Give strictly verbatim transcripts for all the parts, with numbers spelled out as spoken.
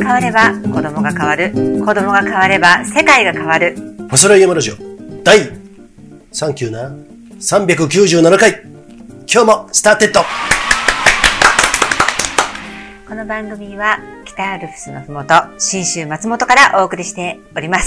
変われば子供が変わる。子供が変われば世界が変わる。 細田山ラジオ第さんきゅうななさんびゃくきゅうじゅうななかい、今日もスターテッド。 この番組は北アルプスのふもと信州松本からお送りしております。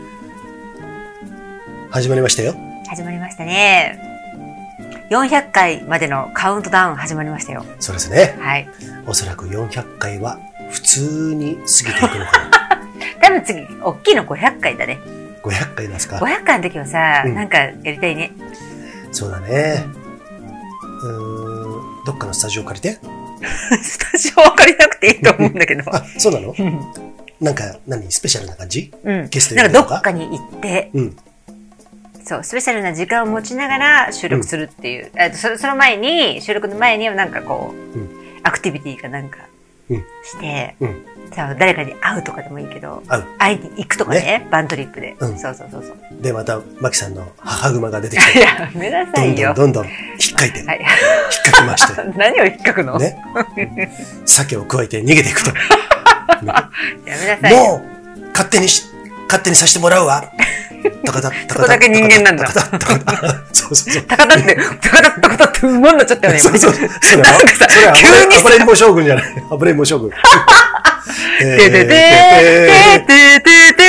始まりましたよ。 始まりましたね。よんひゃっかいまでのカウントダウン始まりましたよ。 そうですね。 はい。 おそらくよんひゃっかいは普通に過ぎていくのかな。 多分次大きいのごひゃっかいだね。 ごひゃっかいですか。 ごひゃっかいの時はさ、 うん、 なんかやりたいね。 そうだね。うーん、どっかのスタジオ借りて。 スタジオは借りなくていいと思うんだけど。 あ、そうなの？なんか何スペシャルな感じ？ うん。 ゲストなんかどっかに行って。うん。そう、スペシャルな時間を持ちながら収録するっていう。うん、そ, その前に、収録の前にはなんかこう、うん、アクティビティかなんかして、うん、さ誰かに会うとかでもいいけど、会う会いに行くとかね、ねバントリップで、うん。そうそうそうそう。 で、また、マキさんの母熊が出てきて。 やめなさいよ。 どんどんどんどん引っかいて、はい、引っかきまして。 何を引っかくのね。 鮭を加えて逃げていくと。ね、 やめなさいよ。 もう、勝手にし、勝手にさせてもらうわ。タカタそこだけ人間なんだ。 そうそうそう。 タカタって、タカタタカタって馬になっちゃったよね。 そうそうそう。そうなの？ なんかさ、 急にさ、アブレンボ将軍じゃない。アブレンボ将軍。 てててててて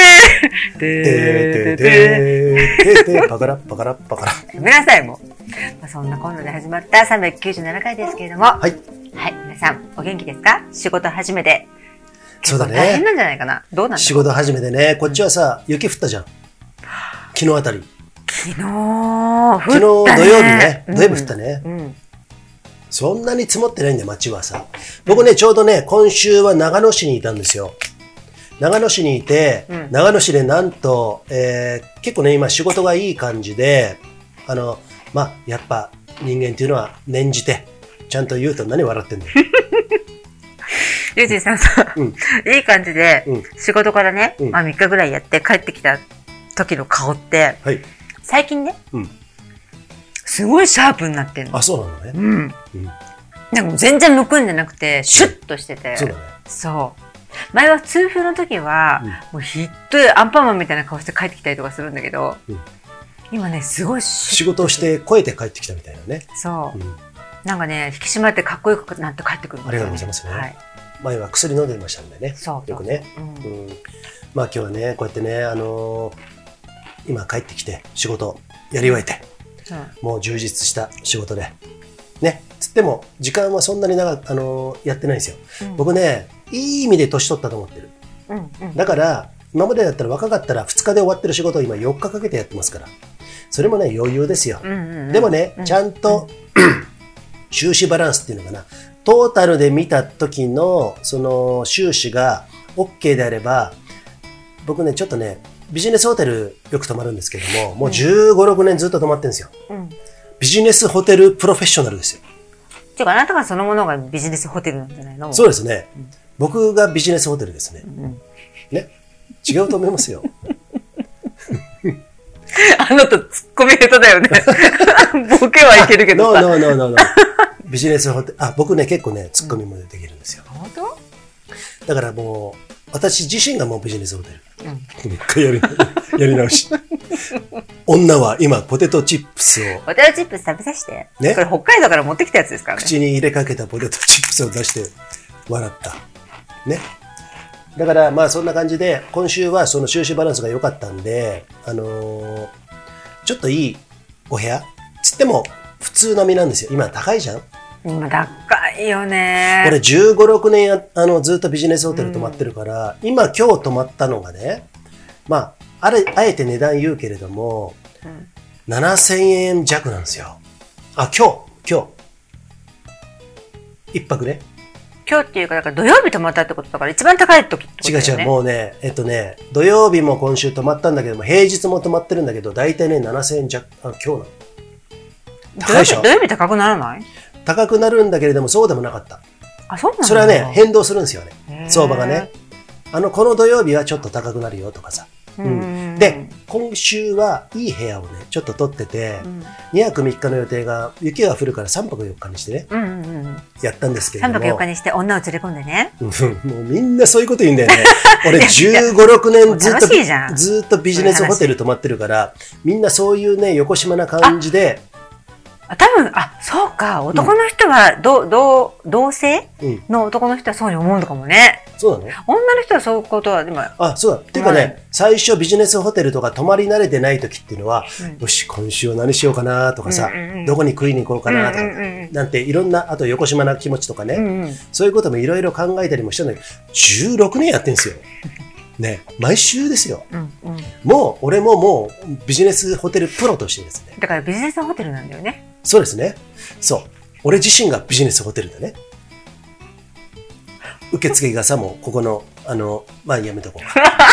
ててててパカラパカラパカラ。 ごめんなさい、もう。そんなこんなで始まったさんびゃくきゅうじゅうななかいですけれども。はい。はい。皆さん、お元気ですか？仕事始めて。 そうだね。 大変なんじゃないかな。どうなんだろう。 仕事始めてね、こっちはさ、雪降ったじゃん。昨日あたり。 昨日、降ったね。 昨日土曜日ね。土曜日降ったね。うんうん、そんなに積もってないんだよ、街はさ。僕ね、ちょうどね、今週は長野市にいたんですよ。長野市にいて、うん、長野市でなんと、えー、結構ね、今仕事がいい感じで、あの、まあ、やっぱ人間っていうのは念じて、ちゃんと言うと何笑ってんだよ。 ゆうじさんさ、うん、いい感じで、仕事からね、うん、まあみっかぐらいやって帰ってきた時の顔って、はい、最近ね、うん、すごいシャープになってるの。 あ、そうなのね。うん。うん、 なんかもう全然むくんでなくて、シュッとしてて。 そうだね。 そう。前は痛風の時は、うん、もうひっどいアンパンマンみたいな顔して帰ってきたりとかするんだけど、うん、今ね、すごい仕事をして超えて帰ってきたみたいなね。 そう。うん、なんかね、引き締まってかっこよくなって帰ってくるんですよね。 ありがとうございますね。はい。前は薬飲んでましたんでね。そうよくね。うんうん、まあ今日はね、こうやってね、あのー、今帰ってきて仕事やり終えて、うん、もう充実した仕事で。ね、つっても時間はそんなに長く、あのー、やってないんですよ。うん、僕ね、いい意味で年取ったと思ってる。うんうん、だから、今までだったら若かったらふつかで終わってる仕事を今よっかかけてやってますから。それもね、余裕ですよ。うんうんうん、でもね、ちゃんと、うん、収支バランスっていうのかな。トータルで見た時のその収支が OK であれば、僕ねちょっとねビジネスホテルよく泊まるんですけども、もうじゅうご、ろくねんずっと泊まってるんですよ、うん、ビジネスホテルプロフェッショナルですよ。 ていうかあなたがそのものがビジネスホテルなんじゃないの？ そうですね、うん、僕がビジネスホテルですね、うん、ね、違うと思いますよ。 あなたツッコミ下手だよね。ボケはいけるけどさ。 ノーノーノーノーノー。ビジネスホテル、あ、僕ね、結構ね、ツッコミもできるんですよ。 本当？ だからもう、私自身がもうビジネスホテル。うん。一回やり、やり直し。女は今、ポテトチップスを。 ポテトチップス食べさせて。ね。これ北海道から持ってきたやつですからね。 口に入れかけたポテトチップスを出して、笑った。ね。だから、まあそんな感じで、今週はその収支バランスが良かったんで、あのー、ちょっといいお部屋つっても、普通並みなんですよ。今高いじゃん？ 今高いよね。 俺じゅうご、ろくねんあのずっとビジネスホテル泊まってるから、うん、今今日泊まったのがね、まあ、あれ、あえて値段言うけれども、うん、ななせんえん弱なんですよ。あ、今日、今日。一泊ね。 今日っていうか、だから土曜日泊まったってことだから一番高い時ってことだよね。 違う違う、もうね、えっとね、土曜日も今週泊まったんだけども、平日も泊まってるんだけど、大体ね、ななせんえん弱、あ、今日なの。 高いでしょ？土曜日高くならない？ 高くなるんだけれども、そうでもなかった。 あ、そうなんだ。 それはね、変動するんですよね。相場がね。あの、この土曜日はちょっと高くなるよとかさ。うん、で、 今週はいい部屋をね、ちょっと取ってて、うん、にはくみっかの予定が、雪が降るからさんぱくよっかにしてね、うんうんうん、やったんですけれども。 さんぱくよっかにして女を連れ込んでね。 もうみんなそういうこと言うんだよね。俺じゅうご、ろくねんずっと、ずっとビジネスホテル泊まってるから、みんなそういうね、横島な感じで、 多分、あ、そうか。男の人は、ど、うん、同、同性の男の人はそうに思うのかもね。 そうだね。 女の人はそういうことは、でも。 あ、そうだ。っていうかね、はい、最初ビジネスホテルとか泊まり慣れてない時っていうのは、うん、よし、今週は何しようかなとかさ、うんうんうん、どこに食いに行こうかなとか、うんうんうん、なんていろんな、あと横島な気持ちとかね、うんうん、そういうこともいろいろ考えたりもしたのに、じゅうろくねんやってんですよ。ね、毎週ですよ、うんうん。もう、俺ももうビジネスホテルプロとしてですね。 だからビジネスホテルなんだよね。 そうですね。そう。俺自身がビジネスホテルだね。受付がさ、もうここの、あの、まあやめとこう。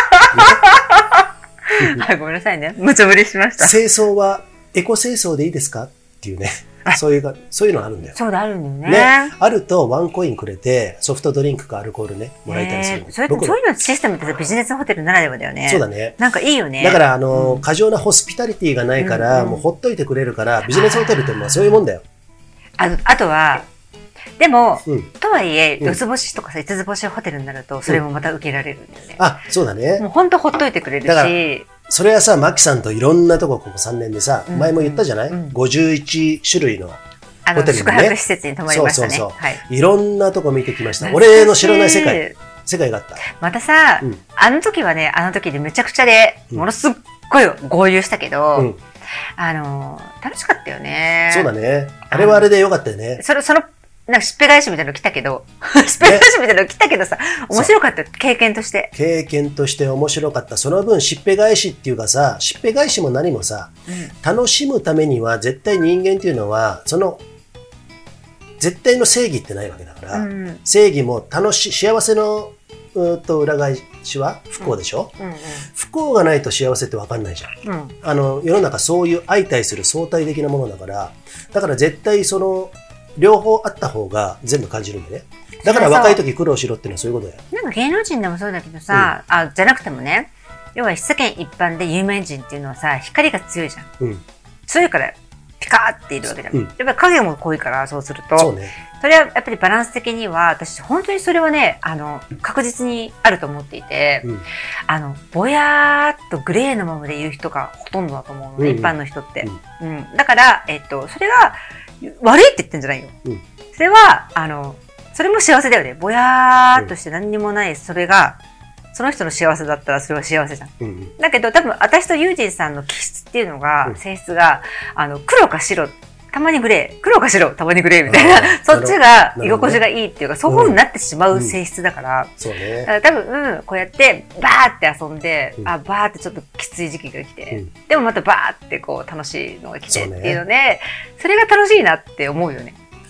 はい、ごめんなさいね。無茶ぶりしました。 清掃はエコ清掃でいいですかっていうね。そういうか、そういうのあるんだよ。 そうだ、あるんだよね。 ね。あるとワンコインくれて、ソフトドリンクかアルコールね、もらえたりする。 それ、そういうのシステムってビジネスホテルならではだよね。 そうだね。 なんかいいよね。 だから、あの、うん、過剰なホスピタリティがないから、うんうん、もうほっといてくれるから、ビジネスホテルってまあそういうもんだよ。 あ, あとは、でも、うん、とはいえ、四つ星とかさ、五つ星ホテルになると、それもまた受けられるんだよね。うん、あ、 そうだね。 もう本当ほっといてくれるし。 それはさ、マキさんといろんなとこ、ここさんねんでさ、うん、前も言ったじゃない、うん、ごじゅういちしゅるいのホテルにね。 宿泊施設に泊まりましたね。 そうそうそう。はい、いろんなとこ見てきました。俺の知らない世界、世界があった。 またさ、うん、あの時はね、あの時でめちゃくちゃで、ものすっごい合流したけど、うん、あの、楽しかったよね。 そうだね。あれはあれでよかったよね。 その、その、なんかしっぺ返しみたいなの来たけど、しっぺ返しみたいなの来たけどさ、面白かった、経験として。 経験として面白かった。その分、しっぺ返しっていうかさ、しっぺ返しも何もさ、うん、楽しむためには絶対人間っていうのは、その、絶対の正義ってないわけだから、うん、正義も楽し、幸せの、うと裏返しは不幸でしょ、うんうんうん、不幸がないと幸せって分かんないじゃん、うん、あの世の中そういう相対する相対的なものだからだから絶対その両方あった方が全部感じるんでねだから若い時苦労しろっていうのはそういうことだよなんか芸能人でもそうだけどさ、うん、あじゃなくてもね要は世間一般で有名人っていうのはさ光が強いじゃん、うん、強いからピカーっているわけじゃん、うん、やっぱり影も濃いからそうするとそうねそれはやっぱりバランス的には私本当にそれはねあの確実にあると思っていて、うん、あのぼやーっとグレーのままでいる人がほとんどだと思うのね、うん、一般の人って、うんうん、だから、えっと、それが悪いって言ってんじゃないよ、うん、それはあのそれも幸せだよねぼやーっとして何にもないそれがその人の幸せだったらそれは幸せじゃん、うん、だけど多分私とユージンさんの気質っていうのが、うん、性質があの黒か白たまにグレー黒か白たまにグレーみたいなそっちが居心地がいいっていうかそういう風になってしまう性質だから、うんそうね、だから多分、うん、こうやってバーって遊んで、うん、あバーってちょっときつい時期が来て、うん、でもまたバーってこう楽しいのが来てっていうので そ,、ね、それが楽しいなって思うよね。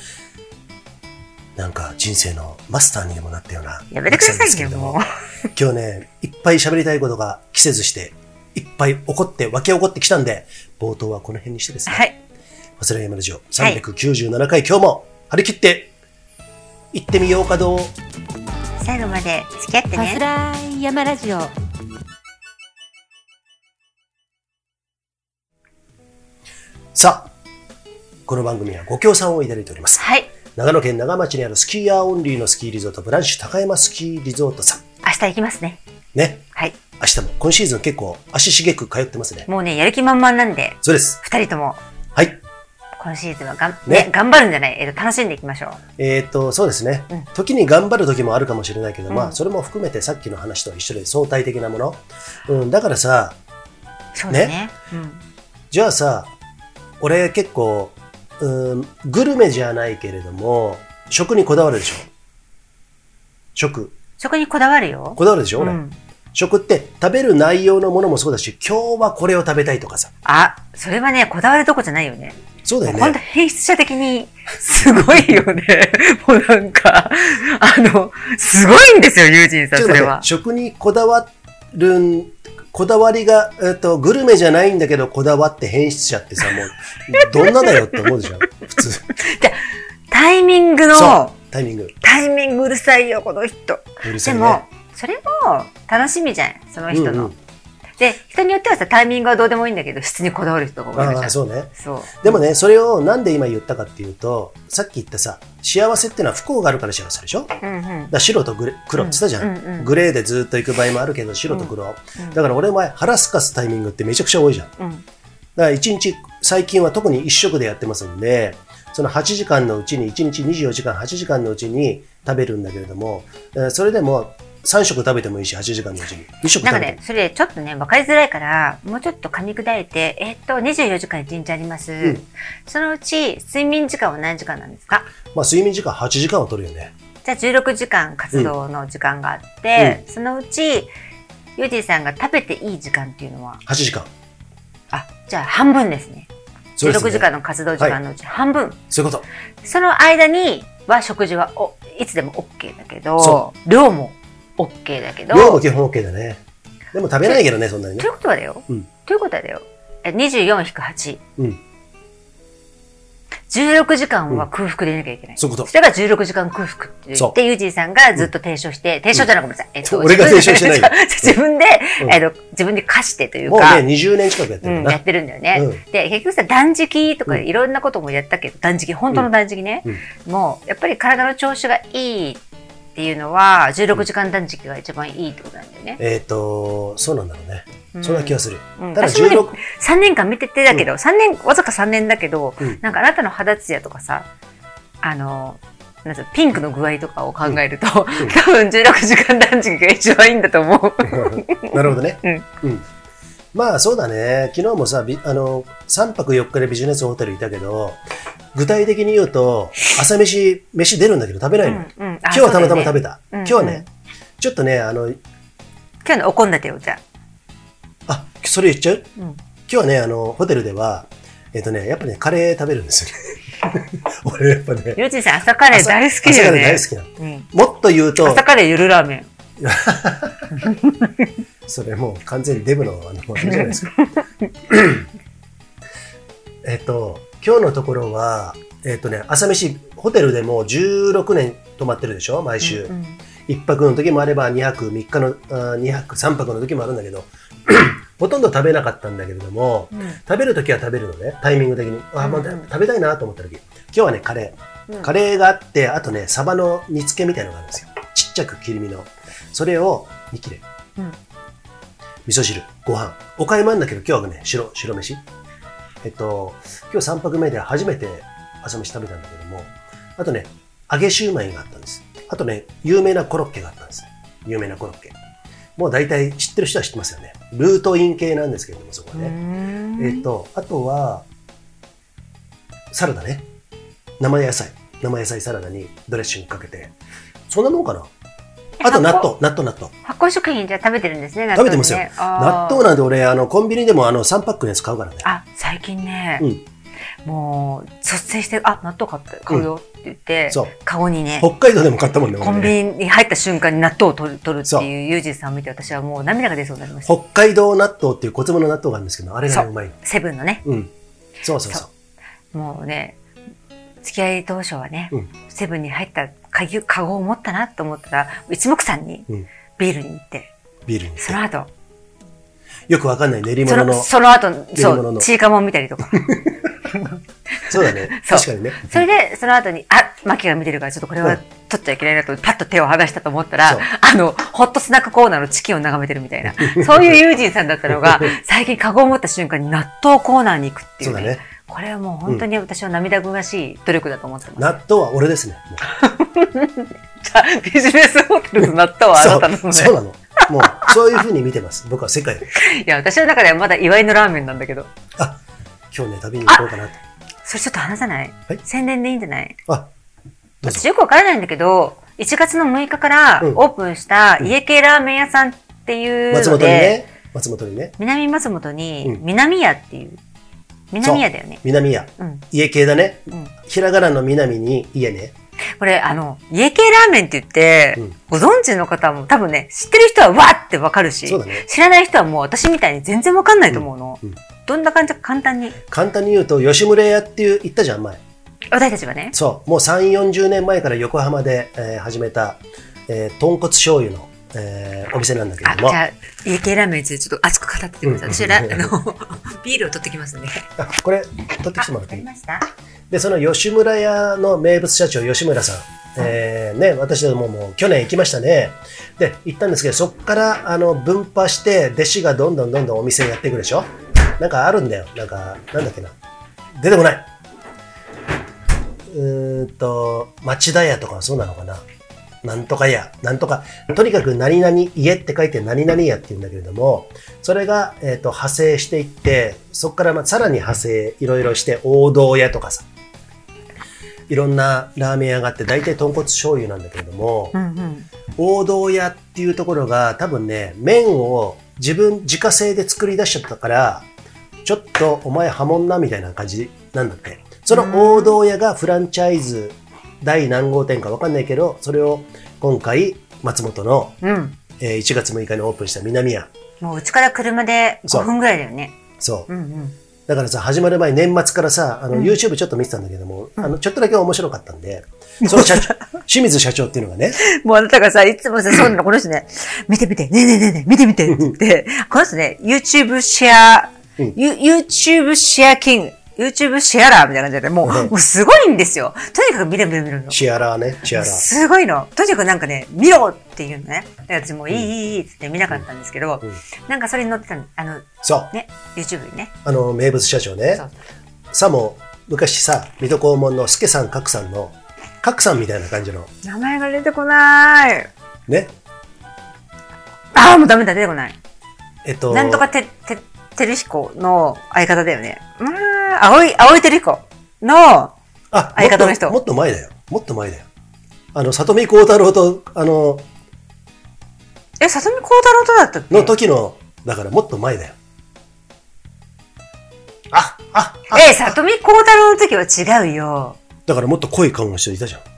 なんか人生のマスターにでもなったようなやめてくださいよもう今日ねいっぱい喋りたいことが期せずしていっぱい起こって湧き起こってきたんで冒頭はこの辺にしてですね、はい忘れ山ラジオさんびゃくきゅうじゅうななかい、はい、今日も張り切って行ってみようかどう最後まで付き合ってね忘れ山ラジオさあこの番組はご協賛をいただいております、はい、長野県長町にあるスキーヤーオンリーのスキーリゾートブランシュ高山スキーリゾートさん明日行きますねねはい明日も今シーズン結構足しげく通ってますねもうねやる気満々なんでそうですふたりともはい今シーズンはがん、ねね、頑張るんじゃない、えーと、楽しんでいきましょう。えっと、そうですね、うん。時に頑張る時もあるかもしれないけど、うん、まあ、それも含めてさっきの話と一緒で相対的なもの。うん、だからさ、 そうだね。ねうん、 じゃあさ、俺結構、うん、グルメじゃないけれども、食にこだわるでしょ。食。 食にこだわるよ。 こだわるでしょ、俺。うん、食って食べる内容のものもそうだし、今日はこれを食べたいとかさ。 あ、それはね、こだわるとこじゃないよね。 そうだよね。 本当変質者的にすごいよね。もうなんか、あの、すごいんですよ、ユージンさん、それは。 食にこだわる、こだわりが、えっと、グルメじゃないんだけど、こだわって変質者ってさ、もう、どんなだよって思うじゃん、普通。じゃタイミングの、 そう、タイミング。 タイミングうるさいよ、この人。うるさいね。でも、それも楽しみじゃん、その人の。うんうんで、人によってはさ、タイミングはどうでもいいんだけど、質にこだわる人が多いじゃん。 ああ、そうね。 そう。 でもね、それをなんで今言ったかっていうと、さっき言ったさ、幸せっていうのは不幸があるから幸せでしょ。うんうん、だ白とグレ黒って言ったじゃん。うんうんうん、グレーでずっと行く場合もあるけど、白と黒。うんうん、だから俺前腹すかすタイミングってめちゃくちゃ多いじゃん。うん、だからいちにち、最近は特にいっ食でやってますんで、そのはちじかんのうちにいちにちにじゅうよじかん、はちじかんのうちに食べるんだけれども、それでもさん食食べてもいいし、はちじかんのうちに。いっ食食べても。 なんかね、それちょっとね、分かりづらいから、もうちょっと噛み砕いて、えー、っと、にじゅうよじかんいちにちあります。うん、そのうち、睡眠時間は何時間なんですか？ まあ、睡眠時間はちじかんは取るよね。 じゃあじゅうろくじかん活動の時間があって、うん、そのうち、ユージさんが食べていい時間っていうのははちじかん。 あ、じゃあ半分ですね。じゅうろくじかんの活動時間のうち半分。はい、 そういうこと。 その間には食事はおいつでも OK だけど、量も OK だけど。 量も基本 OK だね。でも食べないけどね、そんなにね。 ということはだよ。うん、ということはだよ。にじゅうよん引くはち。うん。じゅうろくじかんは空腹でいなきゃいけない。 そういうこと。 それがじゅうろくじかん空腹って言って、ユージーさんがずっと提唱して、提唱じゃなくごめんなさい。えっと、 俺が提唱してないよ。 自分で、えっと、自分で課してというか。 もうね、にじゅうねん近くやってるんだ。 やってるんだよね。で、結局さ、断食とかいろんなこともやったけど、断食、本当の断食ね。もう、やっぱり体の調子がいいっていうのは、じゅうろくじかん断食が一番いいってことなんだよね。 えっと、そうなんだろうね。そんな気がする。 ただじゅうろく、さんねんかん見ててだけど、さんねん、わずかさんねんだけど、なんかあなたの肌ツヤとかさ、あの、なんかピンクの具合とかを考えると、多分じゅうろくじかん断食が一番いいんだと思う。 なるほどね。うん。まあそうだね。昨日もさ、あの、さんぱくよっかでビジネスホテルいたけど、具体的に言うと、朝飯、飯出るんだけど食べないの。今日はたまたま食べた。今日はね、ちょっとね、あの、今日のお献立をじゃあ。 あ、それ言っちゃう、うん、今日はね、あの、ホテルでは、えっ、ー、とね、やっぱね、カレー食べるんですよね。俺やっぱね。 ゆうちんさん、朝カレー大好きだよね。 朝カレー大好きなの。うん、もっと言うと。 朝カレーゆるラーメン。 それもう完全にデブの、あの、あれじゃないですか。えっと、今日のところは、えっ、ー、とね、朝飯、ホテルでもじゅうろくねん泊まってるでしょ、毎週。うんうん、いっぱくの時もあれば、にはく、みっかの、にはく、さんぱくの時もあるんだけど、ほとんど食べなかったんだけれども、うん、食べるときは食べるのね、タイミング的に。あ、もう食べたいなと思ったとき。今日はね、カレー。うん、カレーがあって、あとね、サバの煮付けみたいなのがあるんですよ。ちっちゃく切り身の。それをに切れ。うん、味噌汁、ご飯。お買い物だけど、今日はね、白、白飯。えっと、今日さんぱくめで初めて朝飯食べたんだけども、あとね、揚げシューマイがあったんです。あとね、有名なコロッケがあったんです。有名なコロッケ。もう大体知ってる人は知ってますよね。ルートイン系なんですけれども、そこはね。えっと、あとは、サラダね。生野菜。生野菜サラダにドレッシングかけて。そんなもんかな。あと納豆、納豆、納豆。 発酵食品じゃ食べてるんですね、 納豆、ね。食べてますよ。納豆なんで俺、あの、コンビニでもあの、さんパックのやつ買うからね。 あ、最近ね。うん。もう、率先して、あ、納豆買って、買うよって言って、うん、カゴにね。 北海道でも買ったもんね。 コンビニに入った瞬間に納豆を取る、取るっていうユージさんを見て、私はもう涙が出そうになりました。 北海道納豆っていう小粒の納豆があるんですけど、あれがうまい。 セブンのね。 うん。そうそうそう。 そうもうね、付き合い当初はね、うん、セブンに入ったカゴを持ったなと思ったら、一目散にビールに行って。 うん、ビールに行って。 その後。 よくわかんない練り物の。 その後、そう、チーカモン見たりとか。 そうだね。確かにね。 それで、その後に、あ、マキが見てるから、ちょっとこれは取っちゃいけないなと、パッと手を離したと思ったら、あの、ホットスナックコーナーのチキンを眺めてるみたいな。そういうユージンさんだったのが、最近カゴを持った瞬間に納豆コーナーに行くっていう、ね。そうだね。これはもう本当に私は涙ぐましい努力だと思ってます。 納豆は俺ですね。 じゃあ、ビジネスホテルの納豆はあなたのね。 そうなの。もう、そういうふうに見てます。僕は世界を。いや、私の中ではまだ祝いのラーメンなんだけど。 あ、今日ね、旅に行こうかなと。 それちょっと話さない？はい、宣伝でいいんじゃない？ あ、 私よくわからないんだけど、いちがつのむいかからオープンした家系ラーメン屋さんっていうので、 松本にね、松本にね。 南松本に、南屋っていう、南屋だよね。 南屋。うん、家系だね。うん、ひらがなの南に家ね。 これ、あの、家系ラーメンって言って、うん、ご存知の方も多分ね、知ってる人はわーってわかるし、ね、知らない人はもう私みたいに全然わかんないと思うの。うんうん、どんな感じか簡単に。 簡単に言うと、吉村屋っていう言ったじゃん、前。 私たちはね。 そう。もうさんじゅう、よんじゅうねんまえから横浜で、えー、始めた、えー、豚骨醤油のえー、お店なんだけれども。 あ、じゃあ、家系ラーメンについてちょっと熱く語っててください。私ら、あの、ビールを取ってきますね。 あ、これ、取ってきてもらっていい？ わかりました。 で、その吉村屋の名物社長、吉村さん。えー、ね、私どもも去年行きましたね。で、行ったんですけど、そこから、あの、分派して、弟子がどんどんどんどんお店やっていくでしょ？なんかあるんだよ。なんか、なんだっけな。出てこない。うーんと、町田屋とかそうなのかな。なんとか屋、なんとか、とにかく何々家って書いて何々屋って言うんだけれども、それが、えっと、派生していって、そこからまあさらに派生いろいろして王道屋とかさ、いろんなラーメン屋があって、大体豚骨醤油なんだけれども、うんうん、王道屋っていうところが多分ね、麺を自分自家製で作り出しちゃったから、ちょっとお前破門なみたいな感じなんだって。その王道屋がフランチャイズ第何号店か分かんないけど、それを今回松本の、うんえー、いちがつむいかにオープンした南屋。 もううちから車でごふんぐらいだよね。 そう。うんうん、だからさ、始まる前年末からさ、あの、うん、YouTube ちょっと見てたんだけども、うん、あの、ちょっとだけ面白かったんで、その社長、清水社長っていうのがね。 もうあなたがさ、いつもさ、そうなの、この人ね、見て見て、ねえねえねえねえ、見て見てって言って、この人ね、YouTube シェア、うん、YouTube シェアキング。YouTube シェアラーみたいな感じで、もう、うん、もうすごいんですよ。とにかく見る見る見るの。 シェアラーね、シェアラー。 すごいの。とにかくなんかね、見ろっていうのね。私もういい、うん、いい、いいって見なかったんですけど、うん、なんかそれに載ってたの、あの、 そう。 ね、YouTube にね。 あの、名物社長ね。そうさも、昔さ、水戸黄門の助さん、角さんの、角さんみたいな感じの。 名前が出てこない。 ね。 ああ、もうダメだ、出てこない。 えっと。 なんとかて、て、照彦の相方だよね。うん、青い、青い照彦の相方の人。 もっと、もっと前だよ。もっと前だよ。あの、里見光太郎と、あの、 え、里見光太郎とだったっけ？ の時の、だからもっと前だよ。あ、あ、 あ。え、里見光太郎の時は違うよ。 だからもっと濃い顔の人いたじゃん。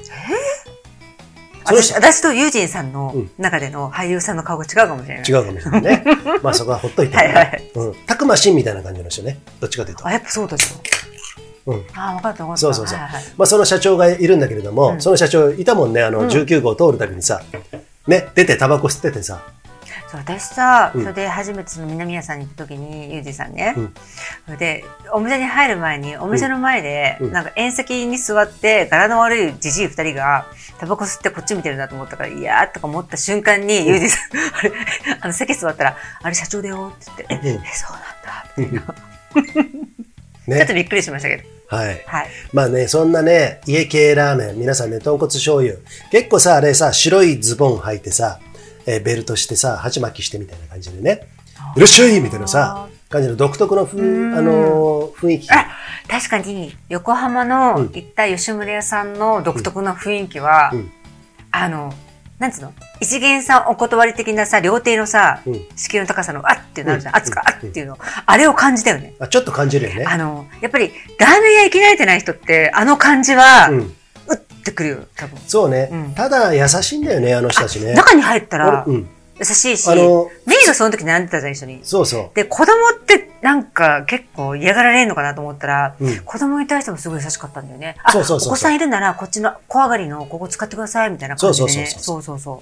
私, 私とユージンさんの中での俳優さんの顔が違うかもしれない。 違うかもしれないね。まあそこはほっといて、ね。はいはい。うん。たくましんみたいな感じの人ね。どっちかというと。 あ、やっぱそうだよ。うん。ああ、分かった分かった。 そうそうそう。はいはい、まあその社長がいるんだけれども、うん、その社長いたもんね、あのじゅうきゅうごう通るたびにさ、ね、出てタバコ吸っててさ。 そう私さ、うん、それで初めてその南屋さんに行った時にユージさんね、うん、それでお店に入る前にお店の前で、うん、なんか縁石に座って柄の悪いじじいふたりがタバコ吸ってこっち見てるなと思ったからいやーとか思った瞬間に、うん、ユージさんあれあの席座ったらあれ社長だよって言って、うん、えそうなんだみたいな、ね、ちょっとびっくりしましたけど。 はい。はい。まあね、そんなね、家系ラーメン、皆さんね、豚骨醤油。結構さ、あれさ、白いズボン履いてさ、えー、ベルトしてさ、鉢巻きしてみたいな感じでね、いらっしゃいみたいなさ、感じの独特のふあのー、雰囲気。 あ、確かに、横浜の行った吉村屋さんの独特の雰囲気は、うんうん、あの、なんつうの一元さんお断り的なさ、料亭のさ、うん、敷居の高さのあってなるじゃん。あつかあっていうの。あれを感じたよね。 あ、ちょっと感じるよね。 あの、やっぱり、ラーメン屋行き慣れてない人って、あの感じは、うん打ってくるよ、多分。 そうね。うん、ただ、優しいんだよね、あの人たちね。 中に入ったら、うん、優しいし、あのメイドその時悩んでたじゃん、一緒に。 そうそう。 で、子供ってなんか結構嫌がられるのかなと思ったら、うん、子供に対してもすごい優しかったんだよね。あ、そうそうそうそうお子さんいるなら、こっちの小上がりのここ使ってください、みたいな感じで、ね。そうそうそう。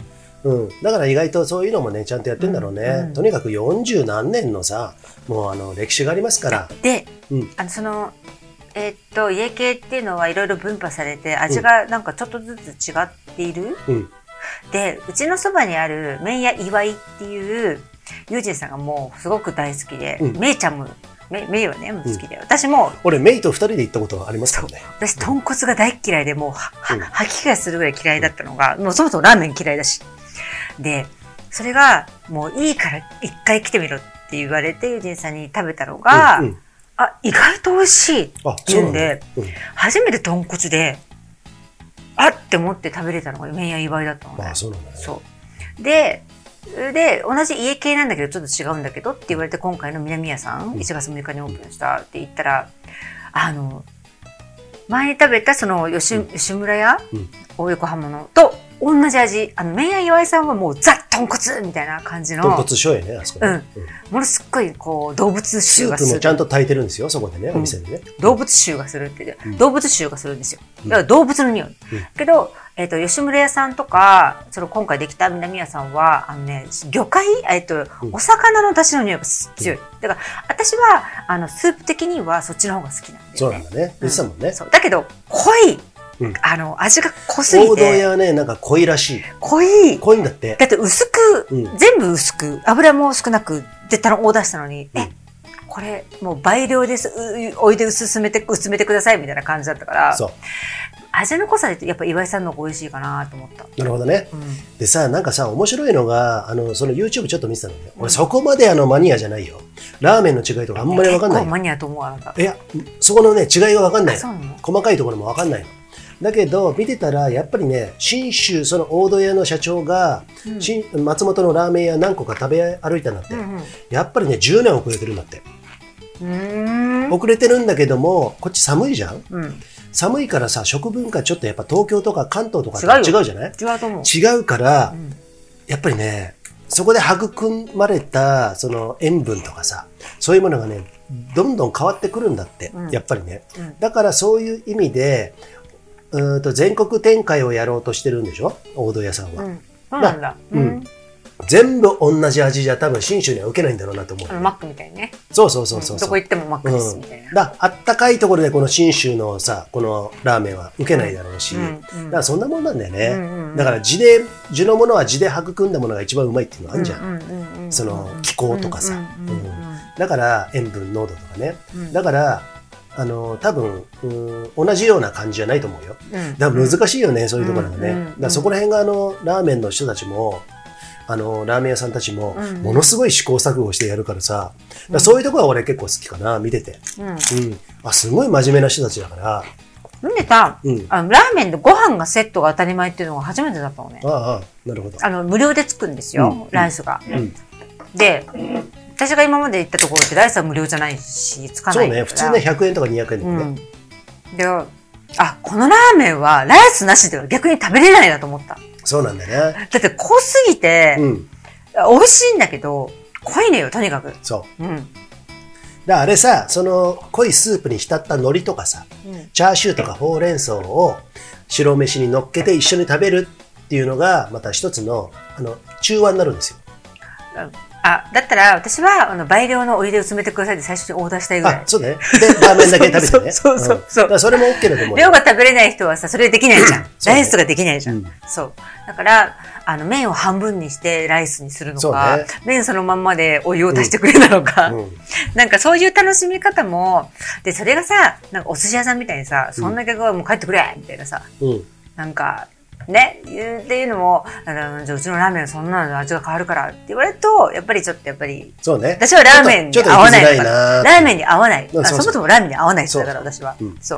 うん。だから意外とそういうのもね、ちゃんとやってんだろうね。うんうん、とにかくよんじゅうなんねんのさ、もうあの、歴史がありますから。 で、うん、あの、その、えー、っと家系っていうのはいろいろ分派されて味がなんかちょっとずつ違っている、うん、でうちのそばにある麺屋岩井っていうユージンさんがもうすごく大好きで、うん、メイちゃんもメイはねもう好きで、うん、私も俺メイとふたりで行ったことがありますからね。 私豚骨が大嫌いでもうは、うん、吐き気がするぐらい嫌いだったのがもうそもそもラーメン嫌いだしでそれがもういいから一回来てみろって言われてユージンさんに食べたのが、うんうんあ、意外と美味しいって言うんで、うん、初めて豚骨で、あって思って食べれたのが麺屋岩井だったのね。 あ、そうなんだね。 そう。で、で、同じ家系なんだけど、ちょっと違うんだけどって言われて、今回の南屋さん、うん、いちがつむいかにオープンしたって言ったら、あの、前に食べたその吉、うん、吉村屋、うん、大横浜のと同じ味。あの、麺屋岩井さんはもうザ・豚骨みたいな感じの。 豚骨醤油ね、あそこね。 うん。うん、ものすっごい、こう、動物臭がする。 スープもちゃんと炊いてるんですよ、そこでね、お店でね。 うん、動物臭がするって、うん、動物臭がするんですよ。だから動物の匂い。うん、けど、 えっと、吉村屋さんとか、その今回できた南屋さんは、あのね、魚介、えっと、お魚の出汁の匂いが強い。だから、私は、あの、スープ的にはそっちの方が好きなんで。 そうなんだね。言ってたもんね。 そう。だけど、濃い。あの、味が濃すぎて。 王道屋はね、なんか濃いらしい。 濃い。 濃いんだって。 だって薄く、全部薄く、油も少なく、で、たのオーダーしたのに、え、これ、もう倍量です。おいで薄めて、薄めてくださいみたいな感じだったから。そう。味の濃さでやっぱ岩井さんの方が美味しいかなと思った。 なるほどね。うん、でさ、なんかさ、面白いのが、あの、その YouTube ちょっと見てたのね。うん、俺そこまであのマニアじゃないよ。ラーメンの違いとかあんまりわかんない。 結構マニアと思うあなた。 いや、そこのね、違いがわかんないの。細かいところもわかんないの。だけど、見てたら、やっぱりね、信州、その大戸屋の社長が、うん、松本のラーメン屋何個か食べ歩いたんだって。うんうん、やっぱりね、じゅうねん遅れてるんだって。うーん遅れてるんだけども、こっち寒いじゃん、うん寒いからさ、食文化ちょっとやっぱ東京とか関東とか違うじゃない？ 違うと思う。 違うから、うん、やっぱりね、そこで育まれたその塩分とかさ、そういうものがね、どんどん変わってくるんだって、うん、やっぱりね、うん。だからそういう意味で、うーんと全国展開をやろうとしてるんでしょ？大戸屋さんは。 うん、そうなんだ。 うん。全部同じ味じゃ多分信州には受けないんだろうなと思う、ね。 マックみたいにね。 そうそうそうそう、うん。 どこ行ってもマックですみたいな。 うん、だあったかいところでこの信州のさ、このラーメンは受けないだろうし、うんうん、だからそんなもんなんだよね。うんうんうん、だから地で、地のものは地で育んだものが一番うまいっていうのあるじゃん。その気候とかさ。だから塩分濃度とかね。うん、だから、あの、多分、うん、同じような感じじゃないと思うよ。うん、だから難しいよね、そういうところがね。だからそこら辺があの、ラーメンの人たちも、あの、ラーメン屋さんたちも、ものすごい試行錯誤してやるからさ、うん、からそういうところは俺結構好きかな、見てて。うん。うん。あ、すごい真面目な人たちだから。 なんでさ、うん、あのラーメンでご飯がセットが当たり前っていうのが初めてだったのね。 ああ、なるほど。 あの、無料でつくんですよ、うん、ライスが。うん。で、私が今まで行ったところってライスは無料じゃないし、つかないから。 そうね、普通ね、ひゃくえんとかにひゃくえんだよね。 うん。で、あ、このラーメンはライスなしでは逆に食べれないなと思った。 そうなんだよね。 だって濃すぎて、うん、美味しいんだけど、濃いねよ、とにかく。 そう。うん。だあれさ、その濃いスープに浸った海苔とかさ、うん、チャーシューとかほうれん草を白飯に乗っけて一緒に食べるっていうのが、また一つの、あの、中和になるんですよ。 あ、だったら私はあの倍量のお湯で薄めてくださいって最初にオーダーしたいぐらい。 あ、そうね。で、ラーメンだけ食べてね。 そうそうそう。 うん、だそれも OK だと思う。 量が食べれない人はさ、それできないじゃん。ね、ライスができないじゃん。うん、そう。だから、あの、麺を半分にしてライスにするのか、ね、麺そのまんまでお湯を足してくれるのか、うんうん、なんかそういう楽しみ方も、で、それがさ、なんかお寿司屋さんみたいにさ、そんだけもう帰ってくれみたいなさ、うん、なんか、ね、っていうのも、あの、じゃあうちのラーメンはそんなの味が変わるからって言われると、やっぱりちょっとやっぱり、 そうね。 私はラーメンに合わないから。ラーメンに合わない。そうそうそもそもラーメンに合わない人だから私は。そう。そう。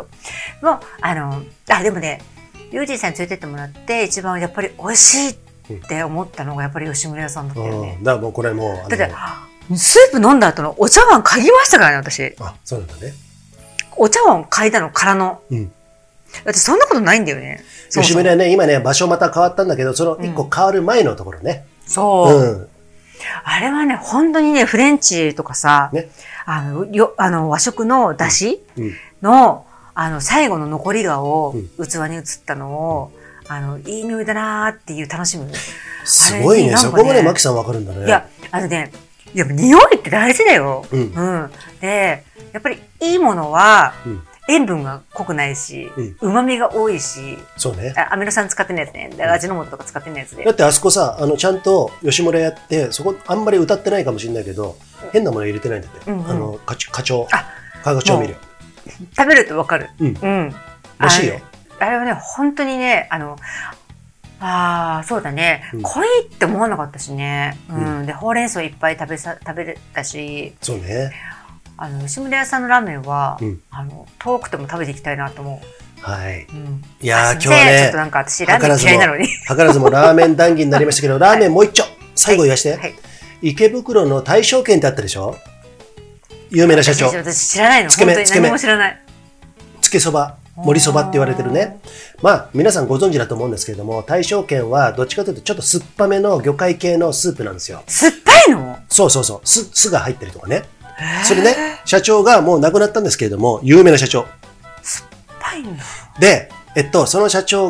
もう、あの、あ、でもね、ユージーさんに連れてってもらって、一番やっぱり美味しいって思ったのがやっぱり吉村屋さんだったよね。 うん、だからもうこれもう。 だって、スープ飲んだ後のお茶碗嗅ぎましたからね、私。 あ、そうなんだね。 お茶碗嗅いだの空の。うん。だってそんなことないんだよね。 吉村屋ね、今ね、場所また変わったんだけど、その一個変わる前のところね。 うん、そう、うん。あれはね、本当にね、フレンチとかさ、ね、あの、よ、あの、和食の出汁の、うん、あの、最後の残りがを器に移ったのを、うん、あの、いい匂いだなーっていう楽しみ。 すごいね、ねそこまでマキさんわかるんだね。 いや、あのね、いや、匂いって大事だよ。うん。うん。で、やっぱりいいものは、うん塩分が濃くないし、うん、旨味が多いし、 そうね。 アミノ酸使ってないやつね。味の素とか使ってないやつで。 だってあそこさ、あの、ちゃんと吉村やって、そこあんまり歌ってないかもしれないけど、変なもの入れてないんだって。うんうん、あの、かち、かちょう。あ、化学調味料。 食べるとわかる。うん。うん。 美味しいよ。 あれはね、本当にね、あの、ああ、そうだね、うん。濃いって思わなかったしね。うん。うん、で、ほうれん草いっぱい食べさ、食べれたし。 そうね。 あの、吉村屋さんのラーメンは、うん、あの、遠くても食べていきたいなと思う。 はい。うん、いやー、今日はね、 ちょっとなんか私、ラーメン嫌いなのに。 図らずもラーメン談義になりましたけど、ラーメンもう一丁、最後言わして。はいはい、池袋の大正軒ってあったでしょ有名な社長。 私知らないの。つけ麺、つけ麺。何も知らない。 つけそば、盛りそばって言われてるね。まあ、皆さんご存知だと思うんですけれども、大正軒はどっちかというとちょっと酸っぱめの魚介系のスープなんですよ。 酸っぱいの？ そうそうそう。酢、酢が入ってるとかね。それね、社長がもう亡くなったんですけれども、有名な社長。 酸っぱいんだ。 で、えっと、その社長が、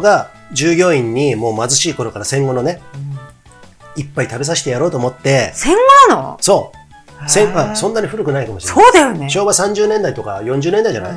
従業員にもう貧しい頃から戦後のね、うん、いっぱい食べさせてやろうと思って。 戦後なの？ そう。戦あそんなに古くないかもしれない。 そうだよね。 昭和さんじゅうねんだいとかよんじゅうねんだいじゃない、うん、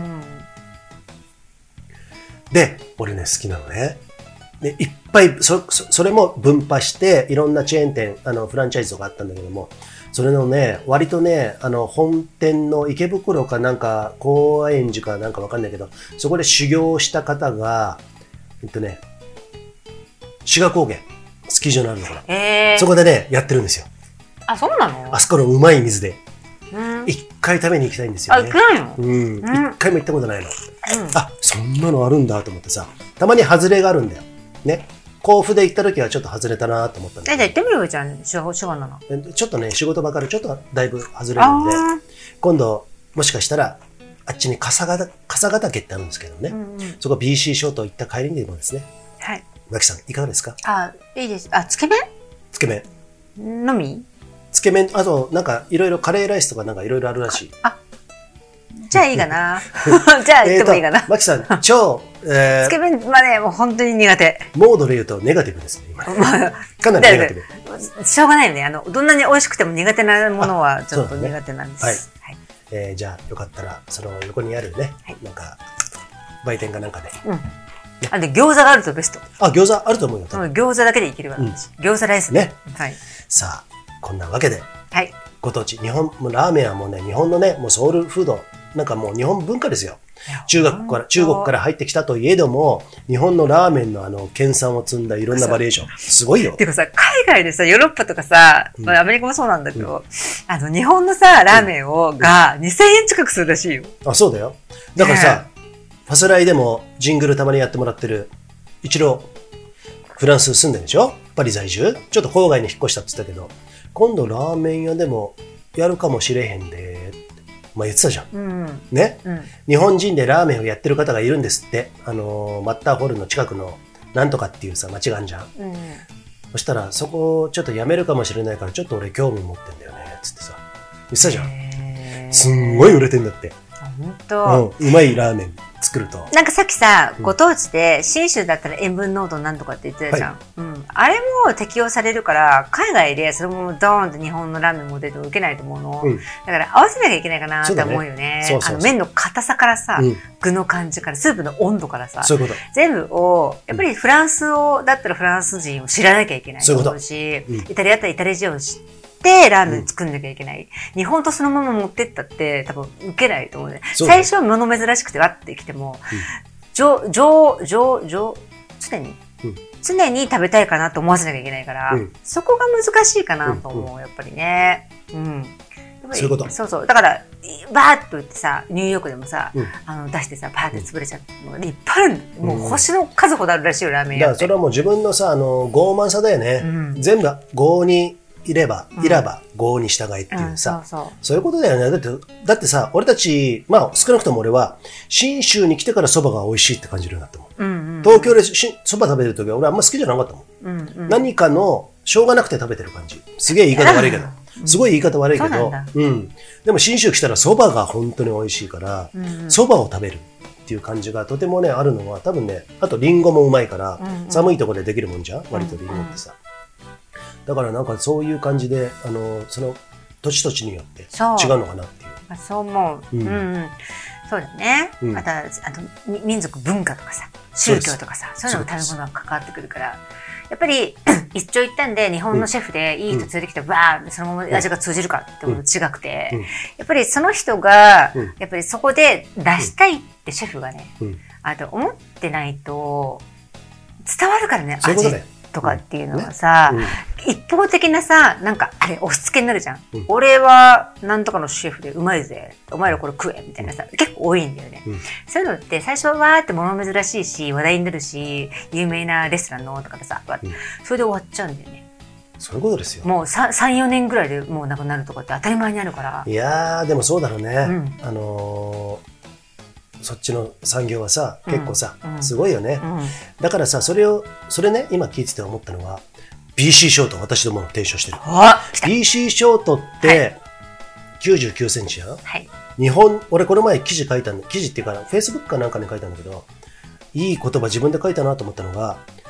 で、俺ね、好きなのね。で、いっぱい、そ、そ、それも分派して、いろんなチェーン店、あの、フランチャイズとかあったんだけども、それのね、割とね、あの、本店の池袋かなんか、高円寺かなんかわかんないけど、そこで修行した方が、えっとね、志賀高原、スキー場のあるところ。えー、そこでね、やってるんですよ。 あ、そうなの？ あそこのうまい水で。一回食べに行きたいんですよね。 あ、行くないの？ うん。一回も行ったことないの。あ、そんなのあるんだと思ってさ、たまに外れがあるんだよ。ね。甲府で行った時はちょっと外れたなと思ったんだけど。え、じゃあ行ってみようじゃん、シュガーなの。ちょっとね、仕事ばかりちょっとだいぶ外れるんで、今度、もしかしたら、あっちに笠ヶ岳ってあるんですけどね。うんうん、そこ ビーシー ショート行った帰りにもですね。はい。マキさん、いかがですか？ あ、いいです。あ、つけ麺？ つけ麺。 のみ？ つけ麺、あと、なんか、いろいろカレーライスとかなんかいろいろあるらしい。 あ、じゃあいいかな。じゃあ行ってもいいかな。 マキさん、超、 えー、つけ麺はね、もう本当に苦手。 モードで言うとネガティブですね、今。かなりネガティブ。しょうがないよね。あの、どんなに美味しくても苦手なものはちょっと苦手なんです。ね、はい。 はい、えー、じゃあ、よかったら、その横にあるね、はい、なんか、売店かなんかで。うん。ね、 あ、で、餃子があるとベスト。 あ、餃子あると思うよ。 餃子だけでいけるわ、うん、餃子ライスね。はい。さあ、こんなわけで。はい、ご当地日本もラーメンはもうね日本のねもうソウルフードなんかもう日本文化ですよ。中国から中国から入ってきたといえども日本のラーメンのあの研鑽を積んだいろんなバリエーションすごいよ。 てかさ海外でさヨーロッパとかさ、うん、アメリカもそうなんだけど、うん、あの日本のさラーメンを、うん、がにせんえん近くするらしいよ。 あ、そうだよ。だからさ、ね、ファスライでもジングルたまにやってもらってる一郎フランス住んでるでしょ。パリ在住ちょっと郊外に引っ越したって言ったけど。今度ラーメン屋でもやるかもしれへんでって、まあ、言ってたじゃん、うん、ね、うん、日本人でラーメンをやってる方がいるんですって。あのー、マッターホルンの近くのなんとかっていうさ街があるじゃん、うん、そしたらそこちょっとやめるかもしれないからちょっと俺興味持ってんだよねっつってさ言ってたじゃん。すんごい売れてんだって。 本当、 うん、うまいラーメン作ると。 なんかさっきさ、ご当地で信州だったら塩分濃度なんとかって言ってたじゃん、はい、うん、あれも適用されるから海外でそのままドーンと日本のラーメンも出ても受けないと思うの、うん、だから合わせなきゃいけないかなって思うよね。そうだね。あの麺の硬さからさ、うん、具の感じからスープの温度からさ、 そういうこと全部をやっぱりフランスをだったらフランス人を知らなきゃいけないと思うし、うん、イタリアだったらイタリア人を知ってでラーメン作んなきゃいけない、うん、日本とそのまま持ってったって多分受けないと思うね。最初は物珍しくてわってきても、うん、常常常常常に、うん、常に食べたいかなと思わせなきゃいけないから、うん、そこが難しいかなと思う、うんうん、やっぱりね。うん。 そういうこと。 そうそう。だからバーッと言ってさニューヨークでもさ、うん、あの出してさバーッて潰れちゃうのがいっぱいあるんだ。もう星の数ほどあるらしいよラーメン屋って。 だからそれはもう自分のさあの傲慢さだよね。うん、全部傲にいれば、いらば、業に従えっていうさ、うんうん、そうそう。そういうことだよね。だって、だってさ、俺たち、まあ少なくとも俺は、信州に来てから蕎麦が美味しいって感じるようになったもん。うんうんうん、東京で蕎麦食べるときは俺あんま好きじゃなかったもん。うんうん、何かの、しょうがなくて食べてる感じ。すげえ言い方悪いけど。すごい言い方悪いけど、うん。でも信州来たら蕎麦が本当に美味しいから、蕎麦、うんうん、を食べるっていう感じがとてもね、あるのは多分ね、あとリンゴもうまいから、うんうん、寒いところでできるもんじゃん割とリンゴってさ。うんうんだからなんかそういう感じで、あの、その土地土地によって違うのかなっていう。 そう、そう思う。うん、うん、そうだね。うん、また、あと民族文化とかさ、宗教とかさ、そういうのも食べ物が関わってくるから、やっぱり一長一短で日本のシェフでいい人連れてきて、わーそのまま味が通じるかっても違くて、うん、やっぱりその人が、やっぱりそこで出したいってシェフがね、うん、あと思ってないと伝わるからね、味。そういうことね。とかっていうのはさ、うんねうん、一方的なさ、なんかあれ押し付けになるじゃん、うん、俺はなんとかのシェフでうまいぜお前らこれ食えみたいなさ、うん、結構多いんだよね、うん、そういうのって最初はわーって物珍しいし話題になるし有名なレストランのとかでさ、うん、それで終わっちゃうんだよね。 そういうことですよ。 もうさん、よねんぐらいでもうなくなるとかって当たり前にあるから。 いやーでもそうだろうね、うん、あのーそっちの産業はさ結構さ、うん、すごいよね、うん、だからさそれをそれね今聞いてて思ったのは ビーシー ショート私どもの提唱してる ビーシー ショートってきゅうじゅうきゅうセンチやん、はい、日本俺この前記事書いたんだ記事っていうかフェイスブックかなんかに書いたんだけどいい言葉自分で書いたなと思ったのが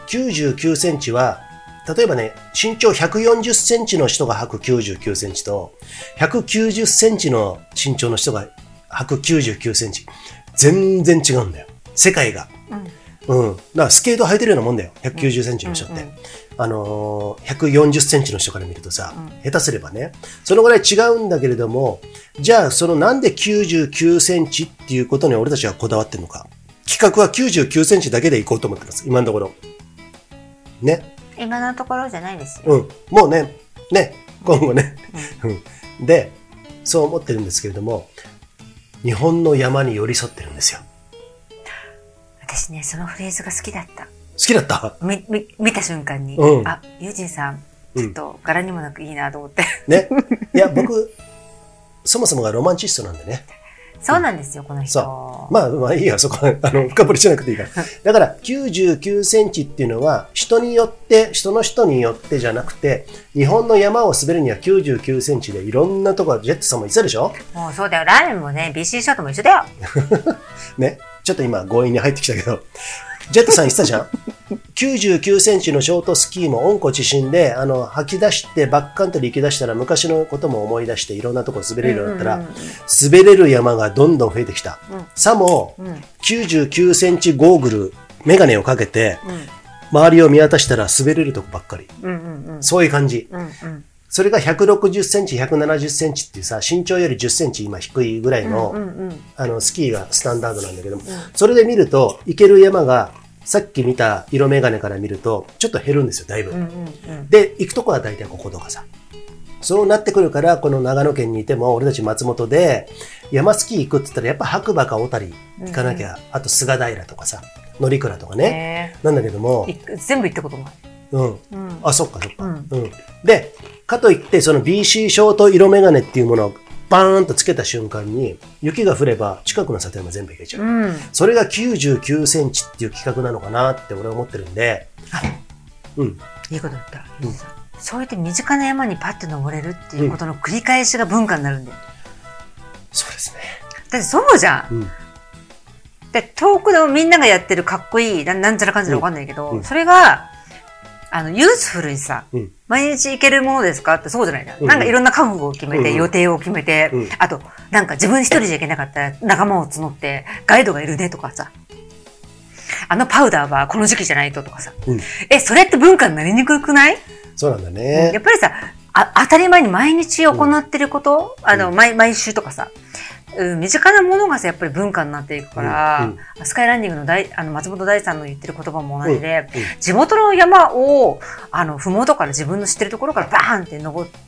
きゅうじゅうきゅうセンチは、例えばね、身長ひゃくよんじゅっセンチの人が履くきゅうじゅうきゅうセンチと、ひゃくきゅうじゅっセンチの身長の人が履くきゅうじゅうきゅうセンチ。全然違うんだよ。世界が。うん。うん。だからスケート履いてるようなもんだよ。ひゃくきゅうじゅっセンチの人って。うんうんうん、あのー、ひゃくよんじゅっセンチの人から見るとさ、うん、下手すればね、そのぐらい違うんだけれども、じゃあそのなんできゅうじゅうきゅうセンチっていうことに俺たちはこだわってるのか。企画はきゅうじゅうきゅうセンチだけでいこうと思ってます。今のところ。ね。 今のところじゃないですよ。 うん。もうね、ね、今後ね。うん、で、そう思ってるんですけれども、日本の山に寄り添ってるんですよ。 私ね、そのフレーズが好きだった。 好きだった？ み、み、見た瞬間に、うん、あ、ユージンさん、ちょっと柄にもなくいいなと思って。 うん、ね。いや、僕、そもそもがロマンチストなんでね。 そうなんですよ、うん、この人。 そう。まあ、まあいいや、そこは、あの、深掘りしなくていいから。だから、きゅうじゅうきゅうセンチっていうのは、人によって、人の人によってじゃなくて、日本の山を滑るにはきゅうじゅうきゅうセンチでいろんなところ、ジェットさんも言ってたでしょ？ もうそうだよ。ラーメンもね、ビーシー ショートも一緒だよ。 ね。ちょっと今、強引に入ってきたけど、ジェットさん言ってたじゃん。きゅうじゅうきゅうセンチのショートスキーも温故知新で、あの、吐き出してバックカントリー行き出したら昔のことも思い出していろんなとこ滑れるようになったら、滑れる山がどんどん増えてきた。うん、さも、きゅうじゅうきゅうセンチゴーグル、メガネをかけて、うん、周りを見渡したら滑れるとこばっかり。うんうんうん、そういう感じ。うんうん、それがひゃくろくじゅっセンチ、ひゃくななじゅっセンチっていうさ、身長よりじゅっセンチ今低いぐらいの、うんうんうん、あの、スキーがスタンダードなんだけども、うん、それで見ると、行ける山が、さっき見た色眼鏡から見ると、ちょっと減るんですよ、だいぶ。うんうんうん、で、行くとこは大体こことかさ。そうなってくるから、この長野県にいても、俺たち松本で、山スキー行くって言ったら、やっぱ白馬か小谷行かなきゃ、うんうん、あと菅平とかさ、乗鞍とかね。なんだけども。 全部行ったことない。 うん。うん、あ、そっかそっか、うん。うん。で、かといって、その ビーシー ショート色眼鏡っていうものを、バーンとつけた瞬間に、雪が降れば近くの里山全部行けちゃう。うん、それがきゅうじゅうきゅうセンチっていう企画なのかなって俺は思ってるんで。 うん。いいこと言った。うん、そうやって身近な山にパッと登れるっていうことの繰り返しが文化になるんだよ。うん、 そうですね。 だってそうじゃん。うん、で遠くのみんながやってるかっこいい、な、なんちゃらかんちゃらわかんないけど、うん、それが、あの、ユースフルにさ、うん、毎日行けるものですかってそうじゃないじゃん。うん、なんかいろんな覚悟を決めて、うん、予定を決めて、うん、あと、なんか自分一人じゃいけなかったら仲間を募って、ガイドがいるねとかさ、あのパウダーはこの時期じゃないととかさ、うん、え、それって文化になりにくくない？ そうなんだね。 やっぱりさ、あ、当たり前に毎日行ってること、うん、あの、毎、毎週とかさ、うん、身近なものがさ、やっぱり文化になっていくから、うんうん、スカイランニングの大、あの、松本大さんの言ってる言葉も同じで、うんうん、地元の山を、あの、ふもとから自分の知ってるところからバーンって登って、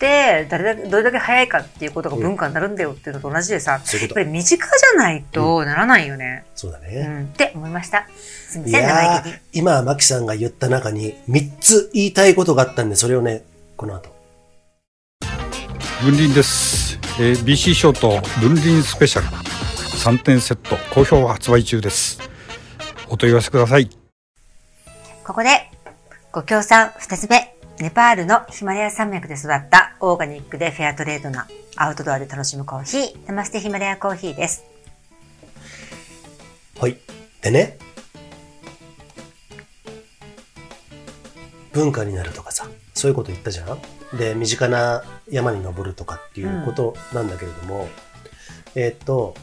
誰だけ、どれだけ速いかっていうことが文化になるんだよっていうのと同じでさ、うん、やっぱり身近じゃないとならないよね。 うん、そうだね、 うん。って思いました。すみません、 生意気に。今、マキさんが言った中にみっつ言いたいことがあったんで、それをね、この後。 文林です。えー、ビーシー ショート文林スペシャルさんてんセット好評発売中です。お問い合わせください。 ここでご協賛ふたつめ、ネパールのヒマラヤ山脈で育ったオーガニックでフェアトレードなアウトドアで楽しむコーヒー、ナマステヒマラヤコーヒーです。 はい。でね、文化になるとかさ、そういうこと言ったじゃん。で、身近な山に登るとかっていうことなんだけれども、うん、えー、っと、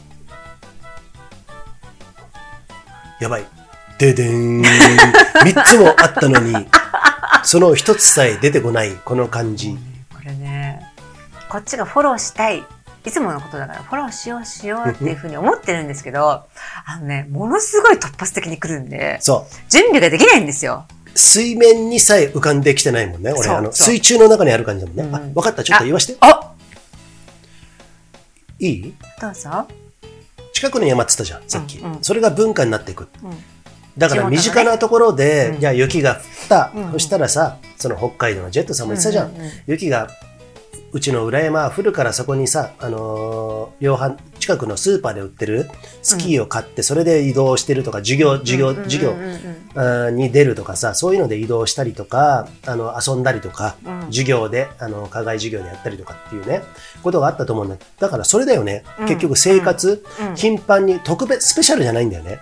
やばい。ででーん。みっつもあったのに、そのひとつさえ出てこない、この感じ。 これね、こっちがフォローしたい。いつものことだからフォローしようしようっていうふうに思ってるんですけど、あのね、ものすごい突発的に来るんで、そう。準備ができないんですよ。 水面にさえ浮かんできてないもんね。俺、あの、水中の中にある感じだもんね。うん、あ、分かった。ちょっと言わして。あいい？ どうぞ。 近くの山って言ったじゃん、さっき。うんうん、それが文化になっていく。うん、だから身近なところで、ね、じゃあ雪が降った。うんうん、そしたらさ、その北海道のジェットさんも言ってたじゃん。うんうんうん、雪が、うちの裏山は降るからそこにさ、あのー、量販、近くのスーパーで売ってるスキーを買って、それで移動してるとか、授業、授業、授業に出るとかさ、そういうので移動したりとか、あの、遊んだりとか、うん、授業で、あの、課外授業でやったりとかっていうね、ことがあったと思うんだ。だからそれだよね。うん、結局生活、うん、頻繁に特別、スペシャルじゃないんだよね。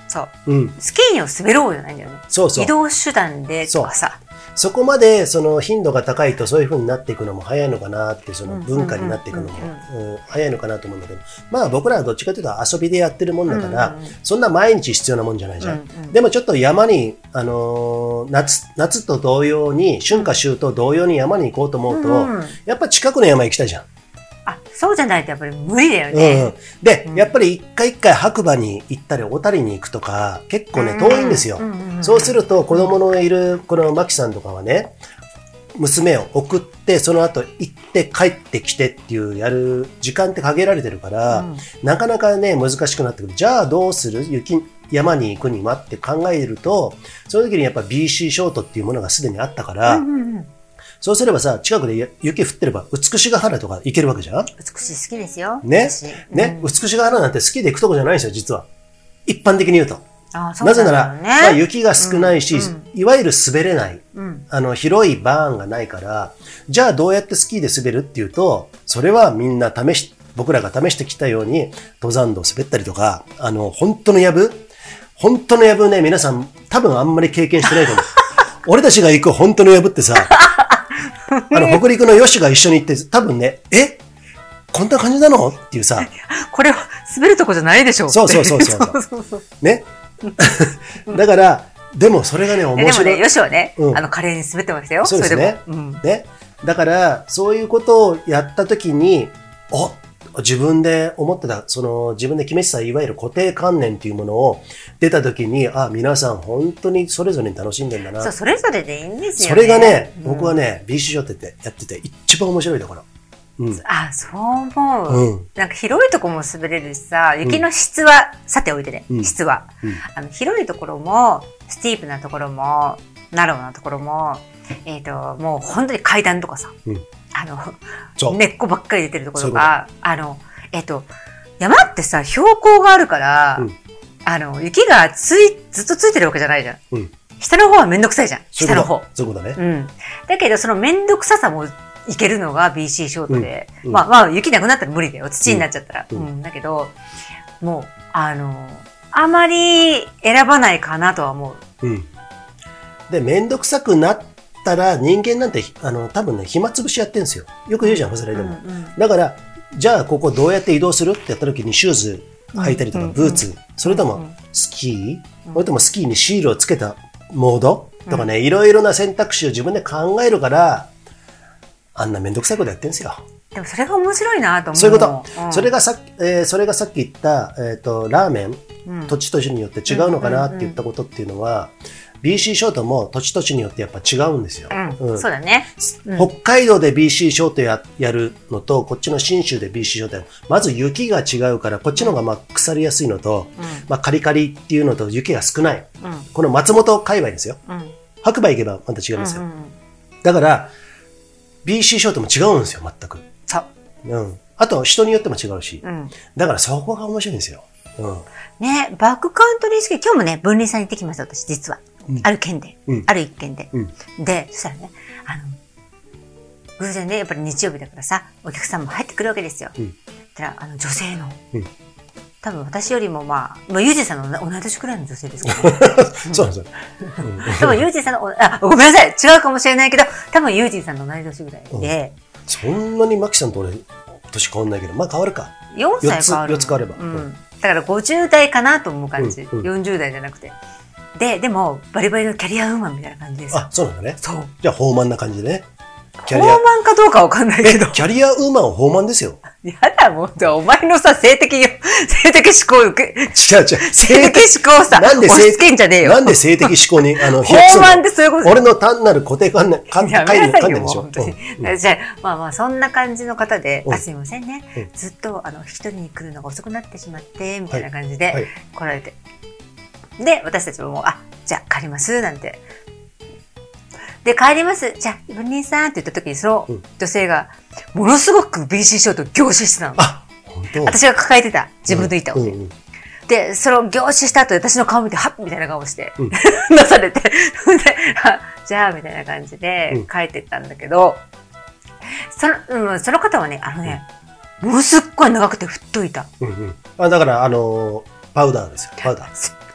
そう、うん、スキーを滑ろうじゃないんだよね。 そうそう。 移動手段でとかさ。 そこまでその頻度が高いとそういう風になっていくのも早いのかなって、その文化になっていくのも早いのかなと思うんだけど、まあ僕らはどっちかというと遊びでやってるもんだから、そんな毎日必要なもんじゃないじゃん。でもちょっと山に、あのー、夏、夏と同様に、春夏秋冬同様に山に行こうと思うと、やっぱ近くの山行きたいじゃん。 あ、そうじゃないとやっぱり無理だよね。 うん、で、うん、やっぱり一回一回白馬に行ったり小谷に行くとか結構ね遠いんですよ。そうすると子供のいるこのマキさんとかはね、娘を送ってその後行って帰ってきてっていうやる時間って限られてるから、うん、なかなかね難しくなってくる。じゃあどうする雪山に行くにはって考えると、その時にやっぱ ビーシー ショートっていうものがすでにあったから、うんうんうん、そうすればさ、近くで雪降ってれば、美しが原とか行けるわけじゃん？ 美しい好きですよ。 ね。ね、うん、美しが原なんて好きで行くとこじゃないんですよ、実は。一般的に言うと。ああ、そうなんだよね。なぜなら、まあ、雪が少ないし、うんうん、いわゆる滑れない、うん、あの、広いバーンがないから、じゃあどうやってスキーで滑るっていうと、それはみんな試し、僕らが試してきたように、登山道滑ったりとか、あの、本当の藪本当の藪ね、皆さん多分あんまり経験してないと思う。俺たちが行く本当の藪ってさ、あの、北陸のヨシが一緒に行って、多分ね、えこんな感じなのっていうさ。 これは滑るとこじゃないでしょ。 そうそうそうそう。ね。だから、でもそれがね、面白い。 でもね、ヨシはね、うん、あの、華麗に滑ってましたよ。 そうですね。それでも、うん、ね。だから、そういうことをやったときに、お自分で思ってた、その自分で決めてたいわゆる固定観念っていうものを出たときに、あ、皆さん本当にそれぞれに楽しんでんだな。 そう、それぞれでいいんですよね。 それがね、うん、僕はね、ビーシー ショートってやってて一番面白いところ。うん、 あ、そう思う、うん。なんか広いところも滑れるしさ、雪の質は、うん、さておいてね、うん、質は、うん、あの。広いところも、スティープなところも、ナローなところも、えっと、もう本当に階段とかさ、うん、あの、根っこばっかり出てるところとか、あの、えっと、山ってさ、標高があるから、うん、あの、雪がつい、ずっとついてるわけじゃないじゃん。うん、下の方はめんどくさいじゃん。下の方。 そういうことね。 うん。だけど、そのめんどくささもいけるのが ビーシー ショートで、うんうん、まあまあ、雪なくなったら無理だよ。土になっちゃったら。うん。うん、だけど、もう、あの、あまり選ばないかなとは思う。うん。 で、めんどくさくなったら人間なんて、あの、多分ね、暇つぶしやってるんですよ。よく言うじゃん、ファスライでも。うんうん、だから、じゃあここどうやって移動するってやった時にシューズ履いたりとか、ブーツ、それともスキー、それともスキーにシールをつけたモードとかね、いろいろな選択肢を自分で考えるから、あんなめんどくさいことやってるんですよ。 でもそれが面白いなと思う。 そういうこと。うん、それがさっき、えー、それがさっき言った、えっと、ラーメン、うん、土地土地によって違うのかなって言ったことっていうのは、ビーシー ショートも土地土地によってやっぱ違うんですよ。 うんうん、そうだね、 うん。北海道で ビーシー ショート や, やるのと、こっちの信州で ビーシー ショートやる。まず雪が違うから、こっちの方がまあ腐りやすいのと、うん、まあカリカリっていうのと雪が少ない。うん、この松本界隈ですよ。うん、白馬行けばまた違うんですよ。うんうんうん、だから、ビーシー ショート も違うんですよ、全く。 そう。 うん。あと、人によっても違うし。うん、だからそこが面白いんですよ。うん。 ね、バックカントリースキー、今日もね、分離さんに行ってきました、私、実は。うん、ある県で、うん、ある一県で、うん、で、そしたらね、あの、偶然ね、やっぱり日曜日だからさ、お客さんも入ってくるわけですよ。うん、たら、あの、女性の、うん、多分私よりもまあ、まあ、ユージさんの同い年くらいの女性ですけど、ね、 そうなんですよ。 多分ユージさんの、あ、ごめんなさい、違うかもしれないけど、多分ユージさんの同い年ぐらいで、 うん、そんなにマキさんと俺、年変わんないけど、まあ変わるか。 よんさい変わる。 よっつ変われば。 うん。だからごじゅう代かなと思う感じ。うんうん、よんじゅう代じゃなくて。で、でも、バリバリのキャリアウーマンみたいな感じです。 あ、そうなんだね。 そう。 じゃあ、放漫な感じでね。 キャリア放漫かどうかわかんないけど。 キャリアウーマンは放漫ですよ。 やだ、もう、お前のさ、性的、性的思考、違う違う。 性的思考さ、なんで押し付けんじゃねえよ。 なんで性的思考に、あの、 放漫ってそういうこと俺の単なる固定観念、観念でしょ。 じゃあ、まあまあ、そんな感じの方で、あ、すいませんね。ずっと、あの、一人に来るのが遅くなってしまって、みたいな感じで、来られて。で、私たちももう、あ、じゃあ帰ります、なんて。で、帰ります。じゃあ、文林さんって言った時に、その女性が、ものすごく ビーシー ショート凝視してたの。 あ、本当？ 私が抱えてた。自分の板をね。うんうん、で、その凝視した後、私の顔見て、はっみたいな顔して、うん、出されて、で、じゃあ、みたいな感じで帰ってったんだけど、その、うん、その方はね、あのね、ものすっごい長くて太いた。 うんうん、あだから、あのー、パウダーですよ、パウダー。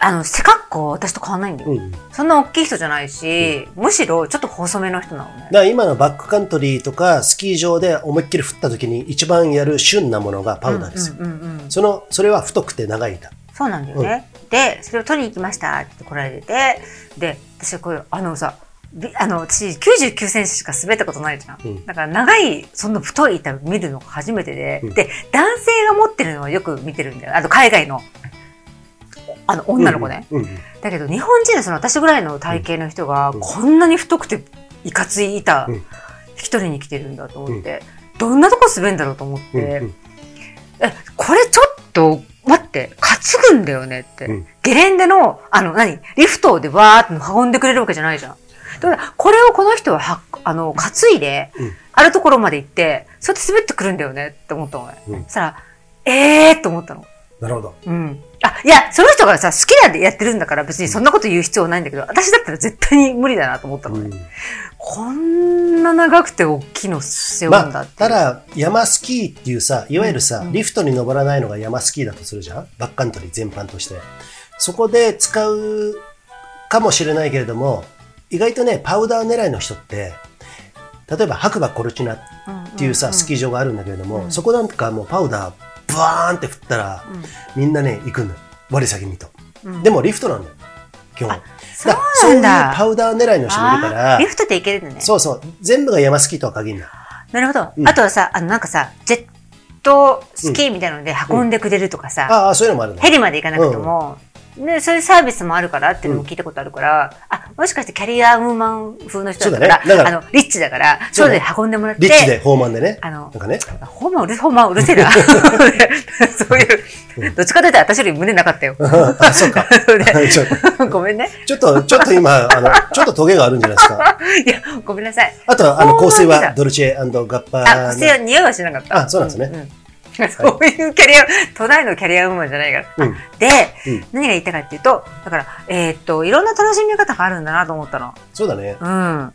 あの、背格好私と変わんないんだよ。うん、そんな大きい人じゃないし、うん、むしろちょっと細めの人なのね。 だから今のバックカントリーとかスキー場で思いっきり降った時に一番やる旬なものがパウダーですよ。その、それは太くて長い板。 そうなんだよね。うん、で、それを取りに行きましたって言って来られて、で、私はこう、あのさ、あの、私きゅうじゅうきゅうセンチしか滑ったことないじゃん。うん、だから長い、そんな太い板見るのが初めてで、うん、で、男性が持ってるのはよく見てるんだよ。あと海外の、あの、女の子ね。うんうんうん、だけど、日本人のその私ぐらいの体型の人が、こんなに太くていかつい板、引き取りに来てるんだと思って、うん、どんなとこ滑るんだろうと思って、うんうん、え、これちょっと、待って、担ぐんだよねって。うん、ゲレンデの、あの、何リフトでわーって運んでくれるわけじゃないじゃん。だからこれをこの人はは、あの、担いで、うん、あるところまで行って、そうやって滑ってくるんだよねって思ったのね。うん、そしたら、えーって思ったの。 なるほど。 うん。あ、いや、その人がさ、好きなんでやってるんだから別にそんなこと言う必要ないんだけど、私だったら絶対に無理だなと思ったのね。うん、こんな長くて大きいの背負うんだって。 まあ、ただ、山スキーっていうさ、いわゆるさ、うん、リフトに登らないのが山スキーだとするじゃん？バックカントリー全般として。そこで使うかもしれないけれども、意外とね、パウダー狙いの人って、例えば白馬コルチナっていうさ、うんうんうん、スキー場があるんだけれども、うん、そこなんかもうパウダーブワーンって振ったら、うん、みんなね、行くんだよ。我先にと、うん。でもリフトなんだよ。基本。 そうなんだ。 そういうパウダー狙いの人もいるから。 リフトで行けるのね。 そうそう。全部が山スキーとは限らない。 なるほど。うん、あとはさ、あのなんかさ、ジェットスキーみたいなので運んでくれるとかさ。 うんうん、ああ、そういうのもあるね。 ヘリまで行かなくても、うん、で、そういうサービスもあるからっていうのも聞いたことあるから、うん、あ、もしかしてキャリアウーマン風の人だったら、ね、だからあの、リッチだから、そうで運んでもらって。 リッチで、ホーマンでね。 あの、 なんかね。 ホーマンうる、ホーマンうるせえな。そういう、どっちかというと私より胸なかったよ。 あ、そうか。 ごめんね。 ちょっと、ちょっと今、あの、ちょっとトゲがあるんじゃないですか。 いや、ごめんなさい。 あと、あの、香水はドルチェ&ガッパー。 あ、香水は匂いはしなかった。 あ、そうなんですね。うんうんそういうキャリア、都内のキャリアウーマンじゃないから。うん、で、うん、何が言いたかっていうと、だから、えー、っと、いろんな楽しみ方があるんだなと思ったの。 そうだね。 うん。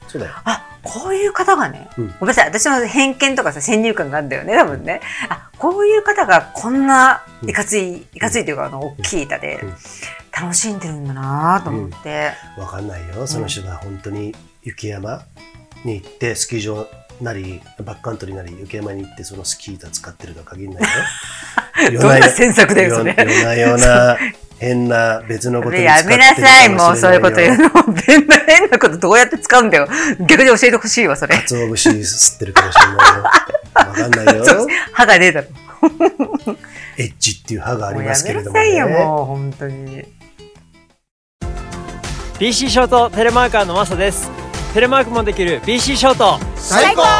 そうだよ。 あ、こういう方がね、うん、ごめんなさい、私の偏見とかさ、先入観があるんだよね、多分ね。あ、こういう方がこんないかつい、いかついというか、あの、大きい板で、楽しんでるんだなと思って。 わ、うん、かんないよ。その人が本当に雪山に行って、スキー場、なりバックカントリーなり雪山に行ってそのスキー板使ってるとは限らないよ。 どんな詮索だよそれ。 夜な夜な変な別のことに使ってるかもしれないよ。やめなさいもうそういうこと言うの。変な変なことどうやって使うんだよ。逆に教えてほしいわそれ。 鰹節吸ってるかもしれないよ。わかんないよ。 歯がねえだろ。 エッジっていう歯がありますけれどもね。 やめなさいよもう本当に。 ビーシー ショートテレマーカーのマサです。テレマークもできる ビーシー ショート最高。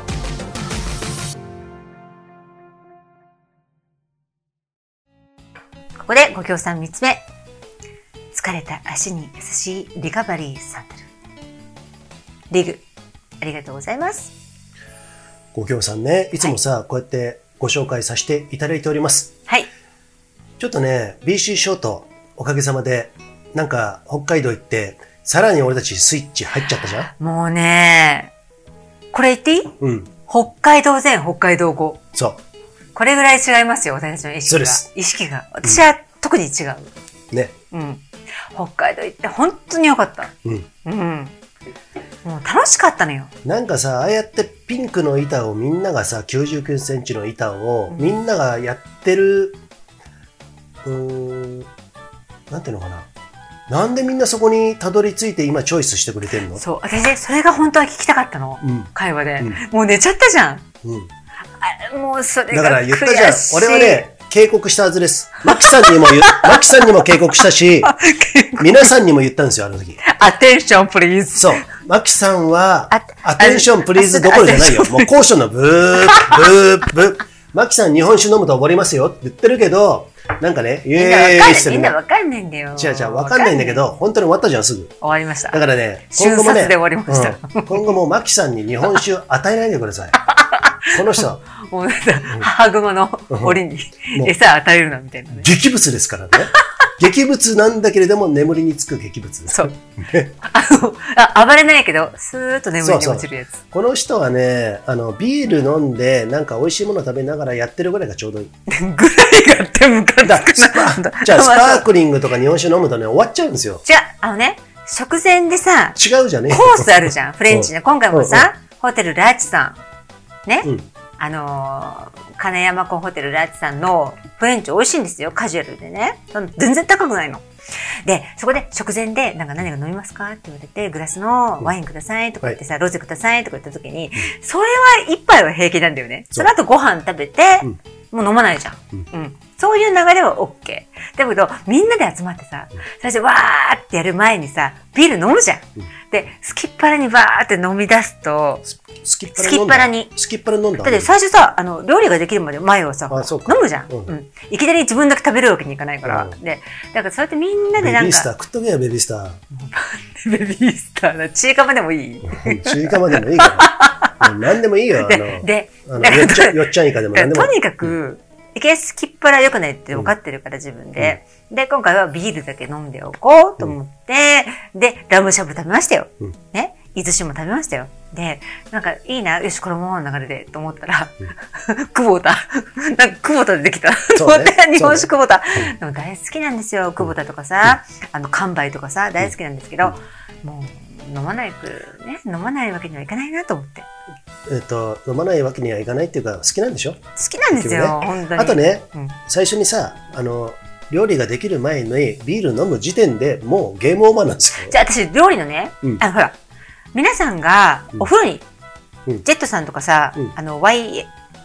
ここでご協賛みっつめ。疲れた足に優しいリカバリーサンダル。リグ、ありがとうございます。 ご協賛ね、いつもさ、はい、こうやってご紹介させていただいております。 はい。 ちょっとね、ビーシー ショートおかげさまで、なんか北海道行って、さらに俺たちスイッチ入っちゃったじゃん。 もうね、これ言っていい？うん。北海道前、北海道後。 そう。 これぐらい違いますよ、私たちの意識が。そうです。意識が。私は特に違う。 ね。 うん。北海道行って本当に良かった。うん。うん。もう楽しかったのよ。 なんかさ、ああやってピンクの板をみんながさ、きゅうじゅうきゅうセンチの板をみんながやってる、うん、うーん、なんていうのかな。なんでみんなそこにたどり着いて今チョイスしてくれてるの？ そう。私ね、それが本当は聞きたかったの。うん、会話で、うん。もう寝ちゃったじゃん。うん。あもうそれが悔しい。だから言ったじゃん。 俺はね、警告したはずです。マキさんにも言、マキさんにも警告したし、皆さんにも言ったんですよ、あの時。 アテンションプリーズ。 そう。マキさんは、アテンションプリーズどころじゃないよ。もう高所のブー、ブー、ブー。マキさん日本酒飲むと溺れますよって言ってるけど、なんかね、イエーイしてみんなわかんないんだよ。 違う違う、わかんないんだけど、本当に終わったじゃん、すぐ。 終わりました。 だからね、 今後もね、で終わりました。 うん、今後もマキさんに日本酒与えないでください。この人。 もうなんか、母熊の檻に餌与えるな、みたいなね。 劇物ですからね。 劇物なんだけれども眠りにつく劇物。 そう。あのあ暴れないけどスーッと眠りに落ちるやつ。そうそう、 この人はね、あのビール飲んでなんか美味しいもの食べながらやってるぐらいがちょうどいい。 ぐらいがってムカつくな。 じゃあスパークリングとか日本酒飲むとね終わっちゃうんですよ。 違う、あのね、食前でさ、 違うじゃねえコースあるじゃん、フレンチね。今回もさ、ホテルラーチさんね、うん、あのー、金山湖ホテルラーチさんのフレンチ美味しいんですよ、カジュアルでね。全然高くないの。で、そこで食前で、なんか何が飲みますかって言われて、グラスのワインくださいとか言ってさ、うん、ロゼくださいとか言った時に、うん、それは一杯は平気なんだよね。その後ご飯食べて、うん、もう飲まないじゃん。うんうん、そういう流れは OK。だけど、みんなで集まってさ、最初わーってやる前にさ、ビール飲むじゃん。うん、で、すきっ腹にわーって飲み出すと、 すきっ腹に。 すきっ腹飲んだ。 だって最初さ、あの、料理ができるまで前はさ、飲むじゃん、うんうん。いきなり自分だけ食べるわけにいかないから。うん、で、だからそうやってみんなでなんか。 ベビースター食っとけよ、ベビースター。ベビースターな、チーカマでもいいチーカマでもいいから。何でもいいよ。あの、で、あのよっちゃん、よっちゃんイカでも何でもいい。 とにかく、うんいけすきっ腹良くないって分かってるから自分で、うん。で、今回はビールだけ飲んでおこうと思って、うん、で、ラムシャブ食べましたよ。うん、ね。伊豆酒も食べましたよ。で、なんかいいな、よし、このままの流れでと思ったら、うん、久保田。なんか久保田でできた。と思って、日本酒久保田。ね、でも大好きなんですよ。久保田とかさ、うん、あの、乾杯とかさ、大好きなんですけど、うん、もう、飲まないく、ね、飲まないわけにはいかないなと思って。 えっと、飲まないわけにはいかないっていうか、好きなんでしょ？好きなんですよ、ね、本当に。 あとね、うん、最初にさ、あの、料理ができる前にビール飲む時点でもうゲームオーバーなんですよ。 じゃあ私、料理のね、うん、あの、ほら、皆さんがお風呂に、うん、ジェットさんとかさ、うん、あの、Y、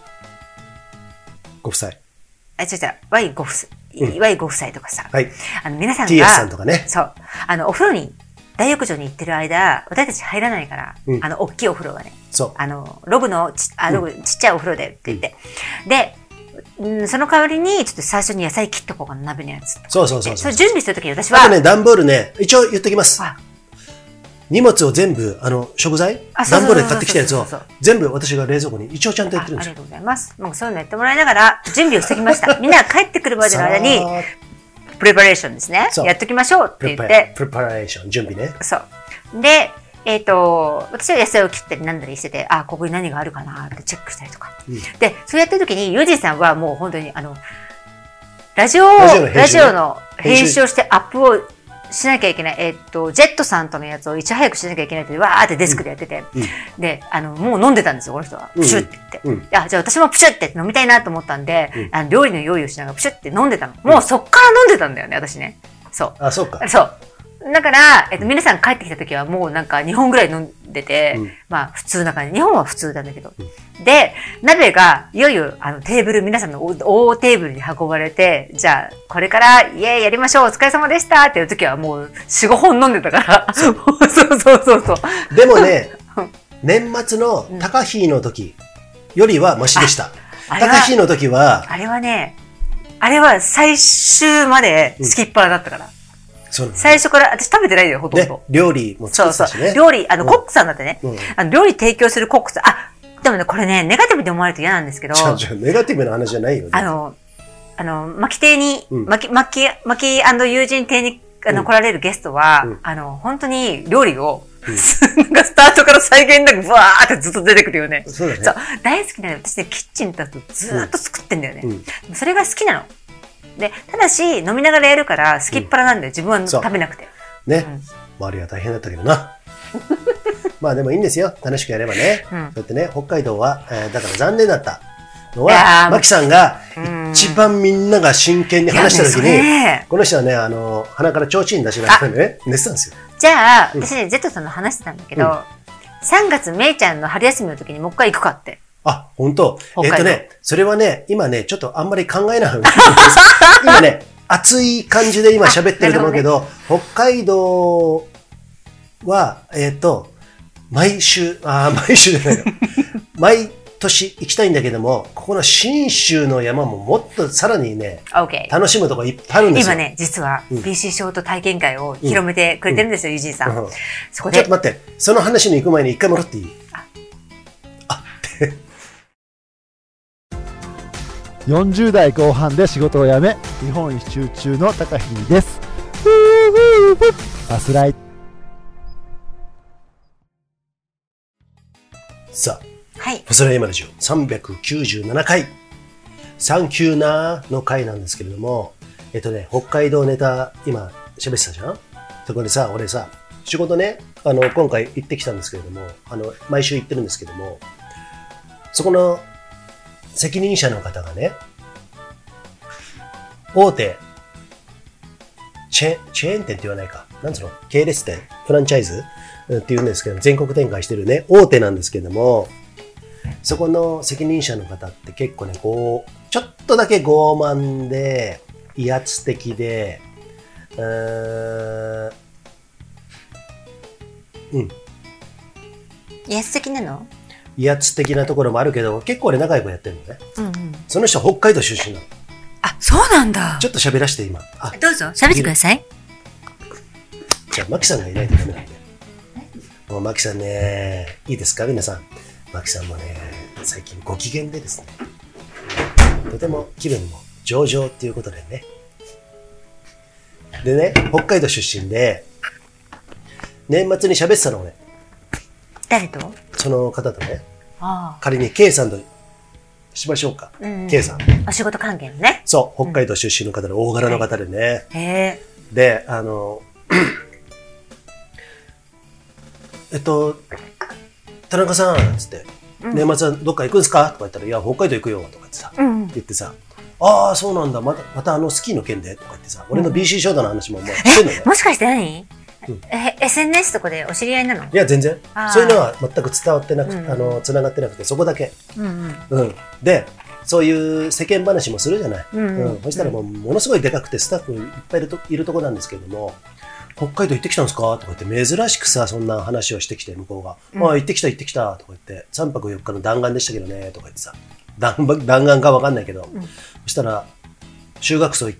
ご夫妻。 あ、違う違う、Y ご夫妻、うん、Y ご夫妻とかさ、 はい、 あの、皆さんが、 ティーエス さんとかね。 そう、あの、お風呂に、大浴場に行ってる間、私たち入らないから、うん、あの、大きいお風呂はね。 そう。 あの、ログのち、あ、ログ、うん、ちっちゃいお風呂でって言って。うん、で、うん、その代わりに、ちょっと最初に野菜切っとこうかな、鍋のやつ。 そうそうそうそう。 それ準備するときに私は。 あとね、段ボールね、一応言っときます。荷物を全部、あの、食材段ボールで買ってきたやつを、全部私が冷蔵庫に一応ちゃんとやってるんですよ。 ありがとうございます。もうそういうのやってもらいながら、準備をしてきました。みんなが帰ってくるまでの間に、プレパレーションですね。やっときましょうって言って。 プレパレーション、準備ね。 そう。で、えっと、私は野菜を切ったりなんだりしてて、あ、ここに何があるかなってチェックしたりとか。うん、で、そうやってる時に、ユージさんはもう本当に、あの、ラジオ、ラジオの編集をしてアップをしなきゃいけない。えっと、ジェットさんとのやつをいち早くしなきゃいけないって、わーってデスクでやってて。うんうん、で、あの、もう飲んでたんですよ、この人は。プシュって言って。うんうん、あ、じゃあ私もプシュって飲みたいなと思ったんで、うん、あの料理の用意をしながらプシュって飲んでたの。もうそっから飲んでたんだよね、私ね。そう。 あ、そうか。 そう。だから、えっと、皆さん帰ってきた時はもうなんかにほんぐらい飲んでて、うん、まあ普通な感じ。日本は普通なんだけど。うん、で、鍋がいよいよあのテーブル、皆さんの大テーブルに運ばれて、じゃあこれからイエーイやりましょうお疲れ様でしたっていう時はもうよん、ごほん飲んでたから。そうそうそうそう。 でもね、年末の高飛の時よりはマシでした。高飛の時は、 あれはね、あれは最終までスキッパーだったから。うんそうね、 最初から、私食べてないよ、ほとんど。 ね、料理も作ってたしね。そうそう。 料理、あの、うん、コックさんだってね、うん、あの料理提供するコックさん、あ、でもね、これね、ネガティブで思われると嫌なんですけど。 じゃあ、じゃあネガティブな話じゃないよね。 あの、あの、巻き亭に、うん、巻き、巻き、巻き友人亭に、あの、うん、来られるゲストは、うん、あの、本当に料理を、うん、なんかスタートから再現なく、ブワーってずっと出てくるよね。 そうだね。 そう。大好きなの。私ね、キッチンだとずーっと作ってんだよね。うん、それが好きなの。で、ただし、飲みながらやるから、好きっ腹なんだよ。自分は食べなくて。 ね、うん、周りは大変だったけどな。まあでもいいんですよ。楽しくやればね。うん、そうやってね、北海道は、えー、だから残念だったのは、マキさんが一番みんなが真剣に話した時に、ね、この人はね、あの、鼻から提灯出しながらね、寝てたんですよ。 じゃあ、うん、私ね、ゼットさんの話してたんだけど、うん、さんがつ、めいちゃんの春休みの時にもう一回行くかって。 あ、本当。えっとね、それはね、今ね、ちょっとあんまり考えない。今ね、熱い感じで今喋ってると思うけど、ね、北海道は、えっと、毎週、あ、毎週じゃないの。毎年行きたいんだけども、ここの信州の山ももっとさらにね、 okay. 楽しむとこいっぱいあるんですよ。 今ね、実は ビーシー ショート体験会を広めてくれてるんですよ、ユージンさん。うん、そこで。 ちょっと待って、その話に行く前に一回もらっていい？あ、あよんじゅう代後半で仕事を辞め、 日本一周中の高秀です。バスライ。 さあ、 はい。 バスライヤマラジオさんびゃくきゅうじゅうななかい、サンキューなーの回なんですけれども、えっとね、北海道ネタ、今、喋ってたじゃん。そこでさ、俺さ、仕事ね、あの、今回行ってきたんですけれども、あの、毎週行ってるんですけども、そこの責任者の方がね、大手、チェ、チェーン店って言わないか。なんつうの系列店フランチャイズって言うんですけど、全国展開してるね、大手なんですけども、そこの責任者の方って結構ね、こう、ちょっとだけ傲慢で、威圧的で、うーん、うん。 威圧的なの？ 威圧的なところもあるけど、結構俺仲良くやってるのね。 うんうん。 その人は北海道出身なの。 あ、そうなんだ。 ちょっと喋らして今。あ、 どうぞ、喋ってください。 じゃあ、マキさんがいないとダメなんで。もうマキさんね、いいですか皆さん。マキさんもね、最近ご機嫌でですね、とても気分も上々っていうことでね。でね、北海道出身で、年末に喋ってたの俺。 誰と？ その方とね。 ああ。 仮に K さんとしましょうか。 うん、 K さん。 お仕事関係のね。 そう、北海道出身の方で大柄の方でね。はい、 へえ。 で、あの、えっと、田中さん、つって、うん、年末はどっか行くんすかとか言ったら、いや、北海道行くよ、とか言ってさ、うん、言ってさ、ああ、そうなんだ、また、またあのスキーの件でとか言ってさ、俺の ビーシー ショートの話ももうしてんのね。 もしかして何、 うん、 え、エスエヌエス とかでお知り合いなの？いや、全然。そういうのは全く伝わってなくて、うん、あの、繋がってなくて、そこだけ。うん、うん。で、そういう世間話もするじゃない。うんうんうん、そしたらもう、ものすごいでかくてスタッフいっぱいいると、いるとこなんですけども、北海道行ってきたんですかとか言って、珍しくさ、そんな話をしてきて、向こうが。うん、ああ、行ってきた行ってきたとか言って、さんぱくよっかの弾丸でしたけどね、とか言ってさ、弾弾丸かわかんないけど、うん、そしたら、修学僧行って、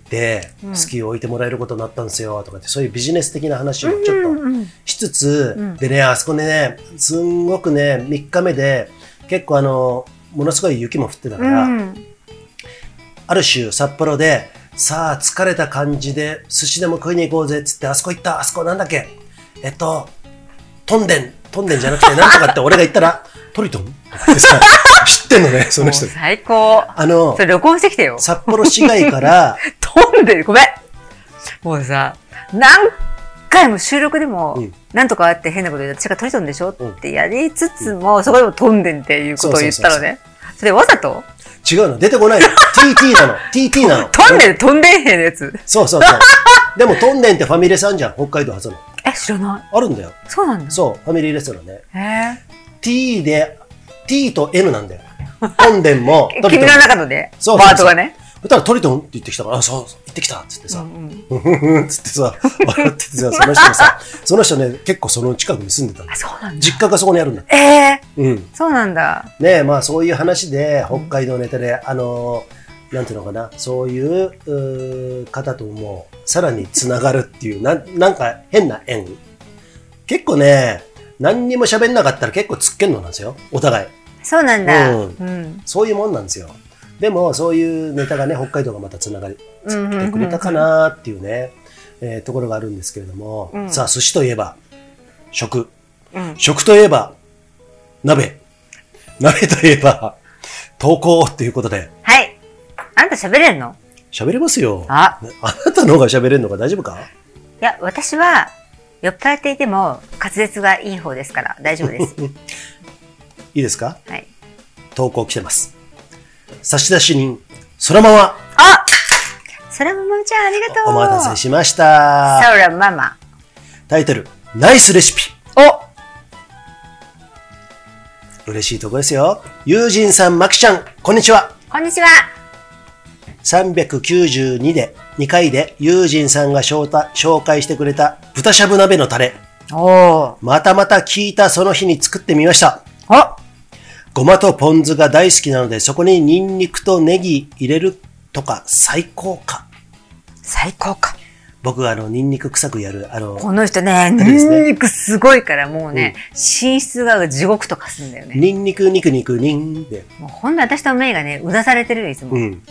スキーを置いてもらえることになったんですよ、とかって、そういうビジネス的な話をちょっとしつつ、うんうん、でね、あそこでね、すんごくね、みっかめで、結構あの、ものすごい雪も降ってたから、うん、ある種札幌で、さあ疲れた感じで寿司でも食いに行こうぜっつって、あそこ行った、あそこなんだっけ、えっと、トンデン、トンデンじゃなくてなんとかって俺が言ったら、トリトンとか言ってさ、知ってんのね、その人。 最高。 あの、 それ録音してきてよ。 札幌市街から、 トンデン、ごめん。もうさ、何回も収録でも、うん、なんとかあって変なこと言って、私がトリトンでしょってやりつつも、うん、そこでもトンデンっていうことを言ったのね。それわざと？ 違うの、出てこないの。ティーティー なの。ティーティー なの。 トンデン、トンデン兵のやつ。 そうそうそう。でもトンデンってファミレスあんじゃん、北海道初の。 え、知らない。 あるんだよ。 そうなんだ。 そう、ファミリーレストランね。 へえ。 T で、T と N なんだよ。トンデンも、 トリトン。君の中のね、 そうワードがね。 そしたらトリトンって言ってきたから、あ、そう、行ってきたっつってさ、うんうん、つってさ、笑っててさ、その人さ、その人ね、結構その近くに住んでたの。 あ、そうなんだ。 実家がそこにあるんだ。 ええー。うん。 そうなんだ。 ねえ、まあそういう話で、北海道ネタで、あのー、なんていうのかな、そういう、う方とも、さらにつながるっていう、な、なんか変な縁。結構ね、何にも喋んなかったら結構つっけんのなんですよ、お互い。 そうなんだ。 うん。うん、そういうもんなんですよ。でも、そういうネタがね、北海道がまたつながり、てくれたかなっていうね、えー、ところがあるんですけれども、うん、さあ、寿司といえば、食。うん、食といえば、鍋。鍋といえば、投稿っていうことで。 はい。あんた喋れんの？ 喋れますよ。 あ。 あなたの方が喋れるのが大丈夫か？ いや、私は、酔っ払っていても、滑舌がいい方ですから、大丈夫です。いいですか？ はい。 投稿来てます。差出人、そらまま。 あ、そらままちゃんありがとう。 お待たせしました。 そらまま。 タイトル、ナイスレシピ。 お、 嬉しいとこですよ。友人さん、まきちゃん、こんにちは。 こんにちは。 さんびゃくきゅうじゅうにで、にかいで友人さんが紹介してくれた豚しゃぶ鍋のタレ。 お、 またまた聞いたその日に作ってみました。 あ、 ごまとポン酢が大好きなので、そこにニンニクとネギ入れるとか最高か。 最高か。 僕があの、ニンニク臭くやる、あの、 この人ね、ニンニクすごいからもうね、うん、寝室が地獄とかするんだよね。 ニンニク、ニクニク、ニンで。 もうほんと私とメイがね、うだされてるよ、いつも。うん。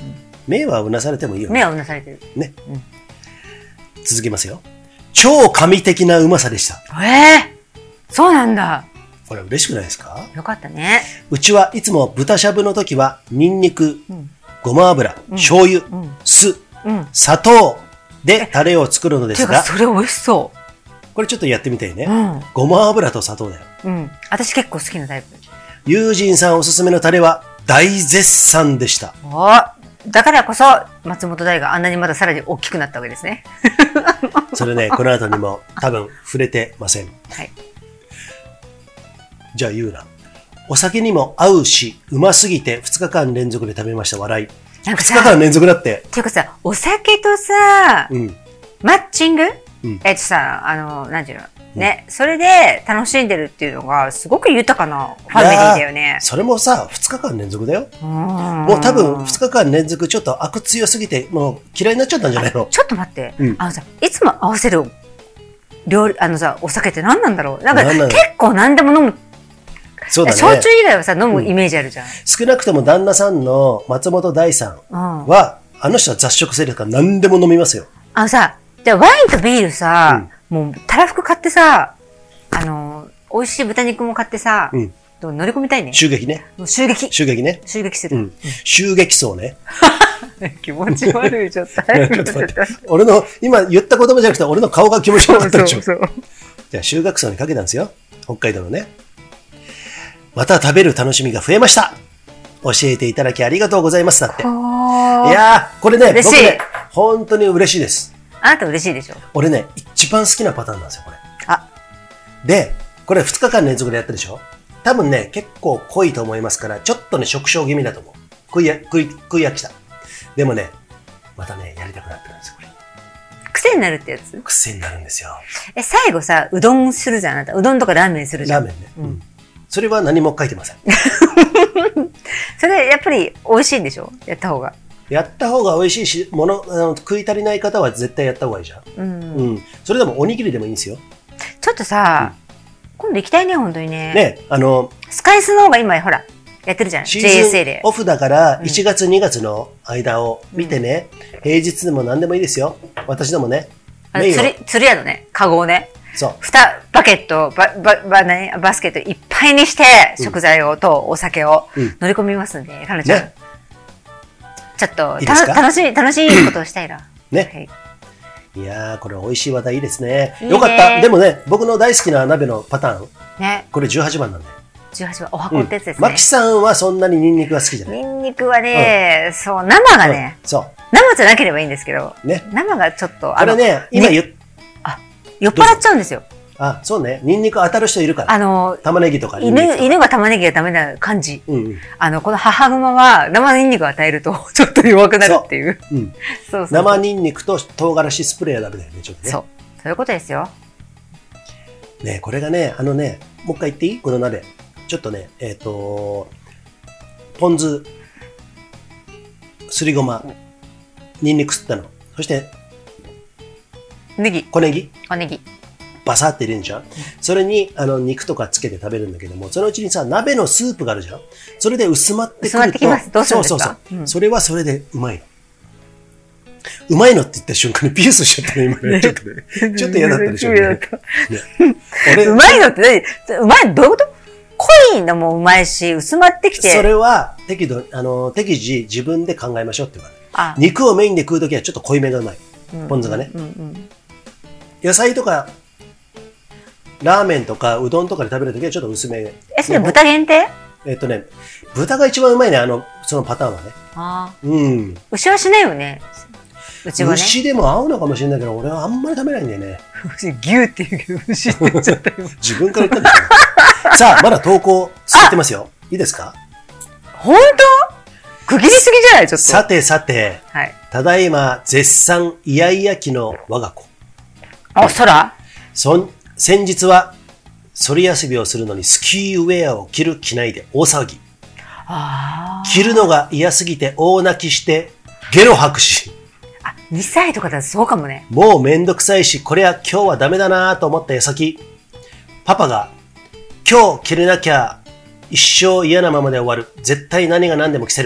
目はうなされてもいいよね。 目はうなされてる。 ね。うん、続きますよ。超神的なうまさでした。 ええー、そうなんだ。 これ嬉しくないですか？ よかったね。 うちはいつも豚しゃぶの時は、ニンニク、うん、ごま油、うん、醤油、うん、酢、うん、砂糖でタレを作るのですが。 てかそれ美味しそう。 これちょっとやってみたいね。うん、ごま油と砂糖だよ。 うん。私結構好きなタイプ。 友人さんおすすめのタレは大絶賛でした。 おだからこそ松本大があんなにまださらに大きくなったわけですね。 それね、この後にも多分触れてません。はい。じゃあ言うな。お酒にも合うし、うますぎてふつかかん連続で食べました。笑い。なんかさ、ふつかかん連続だって。 っていうかさ、お酒とさ、うん、マッチング、うん、えっとさ、あの、なんていうの、うん、ね、それで楽しんでるっていうのがすごく豊かなファミリーだよね。 それもさ、ふつかかん連続だよ。もう多分ふつかかん連続ちょっと悪強すぎて、もう嫌いになっちゃったんじゃないの？ ちょっと待って。うん、あのさ、いつも合わせる料理、あのさ、お酒って何なんだろう？なんか結構何でも飲む。そうだね。焼酎以外はさ、飲むイメージあるじゃん。うん、少なくとも旦那さんの松本大さんは、うん、あの人は雑食性ですから何でも飲みますよ。 あのさ、じゃあワインとビールさ、うん、もうたらふく買ってさ、あの、美味しい豚肉も買ってさ、うん、乗り込みたいね。 襲撃ね。 襲撃。 襲撃ね。 襲撃する。うん、 襲撃層ね。 気持ち悪い、ちょっと。 俺の、今言った言葉じゃなくて、俺の顔が気持ち悪かったでしょ。そうそうそう。じゃあ、修学層にかけたんですよ。北海道のね。また食べる楽しみが増えました。教えていただきありがとうございます。だって。いやー、これね、僕ね、本当に嬉しいです。 あなた嬉しいでしょ？ 俺ね、一番好きなパターンなんですよ、これ。 あ。 で、これふつかかん連続でやったでしょ？多分ね、結構濃いと思いますから、ちょっとね、食傷気味だと思う。食いや、食い、食い飽きた。でもね、またね、やりたくなってるんですよ、これ。 癖になるってやつ？ 癖になるんですよ。 え、最後さ、うどんするじゃん、あなた。うどんとかラーメンするじゃん。 ラーメンね。うん。それは何も書いてません。 それ、やっぱり美味しいんでしょ？やった方が。 やった方が美味しいし、もの、あの食い足りない方は絶対やった方がいいじゃん。うん。うん。それでもおにぎりでもいいんですよ。 ちょっとさ、うん、今度行きたいね、本当にね。 ね、あの、 スカイスノーが今、ほら、やってるじゃん。 シーズン ジェイエスエー で。オフだから、いちがつ、にがつの間を見てね、うん、平日でも何でもいいですよ。私でもね。 あの釣り、釣り屋のね、カゴをね。 そう。 二バケット、バ、バ、バ、ね、バスケットいっぱいにして、食材を、うん、とお酒を乗り込みますんで、かなちゃん。ね、ちょっと、いいた、楽しい、楽しいことをしたいな。 ね。はい、いやー、これ美味しい話題いいですね。いいね。よかった。でもね、僕の大好きな鍋のパターン。ね。これじゅうはちばんなんで。 じゅうはちばん、お箱ってやつですね。 マキさんはそんなにニンニクが好きじゃない？ ニンニクはね、うん、そう、生がね、うん、そう。生じゃなければいいんですけど、ね。生がちょっと、 あの、これね、今言っ、 あ、酔っ払っちゃうんですよ。 あ、そうね。ニンニク当たる人いるから。あの、玉ねぎとか犬、犬が玉ねぎがダメな感じ。うんうん、あの、この母熊は生ニンニクを与えるとちょっと弱くなるっていう。そう。うん、そうそう。 生ニンニクと唐辛子スプレーはダメだよね、ちょっとね。 そう。そういうことですよ。 ね、これがね、あのね、もう一回言っていい？この鍋。ちょっとね、えっと、ポン酢、すりごま、ニンニク吸ったの。そして、 ネギ。 小ネギ。 小ネギ。 バサって入れるんじゃん。それに、あの、肉とかつけて食べるんだけども、そのうちにさ、鍋のスープがあるじゃん。それで薄まってくると。 薄まってきます。どうするんですか？ そうそうそう。うん、それはそれでうまいの。うまいのって言った瞬間にピースしちゃったね、今ね。ちょっとね。ちょっと嫌だったでしょ。嫌だった。 俺うまいのって何？うまいどういうこと？濃いのもうまいし、薄まってきて。 それは、適度、あの、適時自分で考えましょうって言われる。ああ、肉をメインで食うときはちょっと濃いめがうまい。ポン酢がね。うんうん、野菜とか、ラーメンとかうどんとかで食べるときはちょっと薄め。 え、それ豚限定？ えっとね、豚が一番うまいね、あの、そのパターンはね。ああ。うん。 牛はしないよね。うちはね。 牛でも合うのかもしれないけど、俺はあんまり食べないんだよね。 牛って言うけど、牛って言っちゃったよ。 自分から言ったんですよ。さあ、まだ投稿続いてますよ。いいですか？ 本当？区切りすぎじゃない？ちょっと。 さてさて、はい、ただいま絶賛イヤイヤ期の我が子。 あ、そら？ そん、先日は、反り遊びをするのにスキーウェアを着る着ないで大騒ぎ。あ、着るのが嫌すぎて大泣きして、ゲロ吐くし。 あ、にさいとかだとそうかもね。 もうめんどくさいし、これは今日はダメだなと思った矢先、パパが、今日着れなきゃ一生嫌なままで終わる。絶対何が何でも着せる。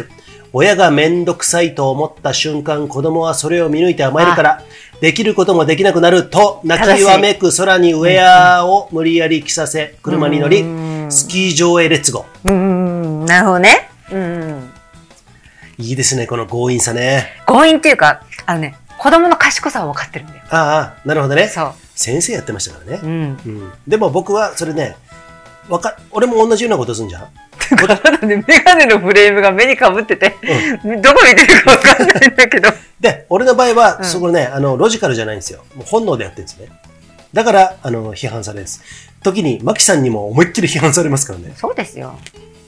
親がめんどくさいと思った瞬間、子供はそれを見抜いて甘えるから、できることもできなくなると泣きわめく空にウェアを無理やり着させ、車に乗り、スキー場へレッツゴー。 うん、なるほどね。うん。 いいですね、この強引さね。 強引っていうか、あのね、子供の賢さを分かってるんだよ。 ああ、なるほどね。 そう。 先生やってましたからね。 うん。 うん、でも僕はそれね、わか、俺も同じようなことするんじゃん。 だからね、メガネのフレームが目にかぶってて、うん、どこ見てるか分かんないんだけど。 で、俺の場合は、うん、そこね、あの、ロジカルじゃないんですよ。もう本能でやってるんですね。だから、あの、批判されるんです。時に、マキさんにも思いっきり批判されますからね。 そうですよ。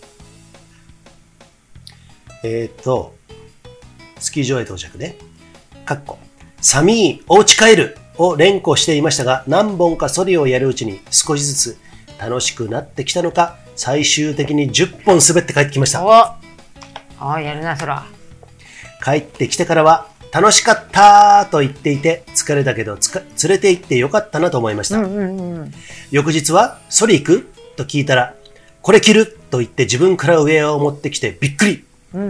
えーっと、スキー場へ到着ね。かっこ、寒い、お家帰るを連呼していましたが、何本かソリをやるうちに少しずつ楽しくなってきたのか、最終的にじゅっぽん滑って帰ってきました。 おああ、やるな、そら。 帰ってきてからは、楽しかったと言っていて、疲れたけどつか連れて行ってよかったなと思いました。 うんうんうん、 翌日は、ソリ行くと聞いたら、これ着ると言って自分からウェアを持ってきてびっくり。 うんうん、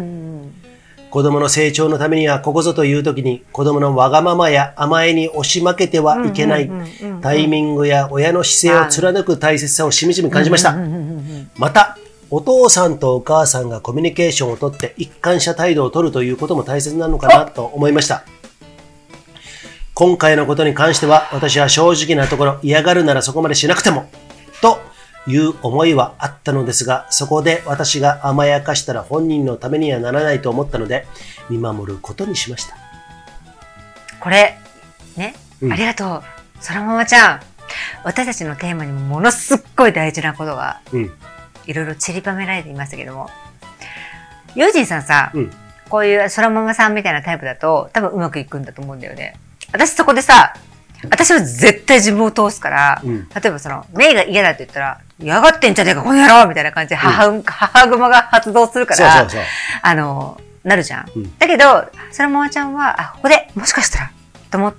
子供の成長のためにはここぞという時に子供のわがままや甘えに押し負けてはいけないタイミングや親の姿勢を貫く大切さをしみじみ感じました。また、お父さんとお母さんがコミュニケーションをとって一貫した態度を取るということも大切なのかなと思いました。今回のことに関しては私は正直なところ嫌がるならそこまでしなくてもという思いはあったのですが、そこで私が甘やかしたら本人のためにはならないと思ったので、見守ることにしました。 これ、ね、うん、ありがとう。そらママちゃん。私たちのテーマにもものすっごい大事なことが、うん、いろいろ散りばめられていましたけども、ユージンさんさ、うん、こういうそらママさんみたいなタイプだと多分うまくいくんだと思うんだよね。私そこでさ、私は絶対自分を通すから、うん、例えばその、メイが嫌だって言ったら、嫌がってんじゃねえか、この野郎みたいな感じで母、うん、母熊が発動するから、そうそうそう、あの、なるじゃん。うん、だけど、そのままちゃんは、あ、ここでもしかしたら、と思って、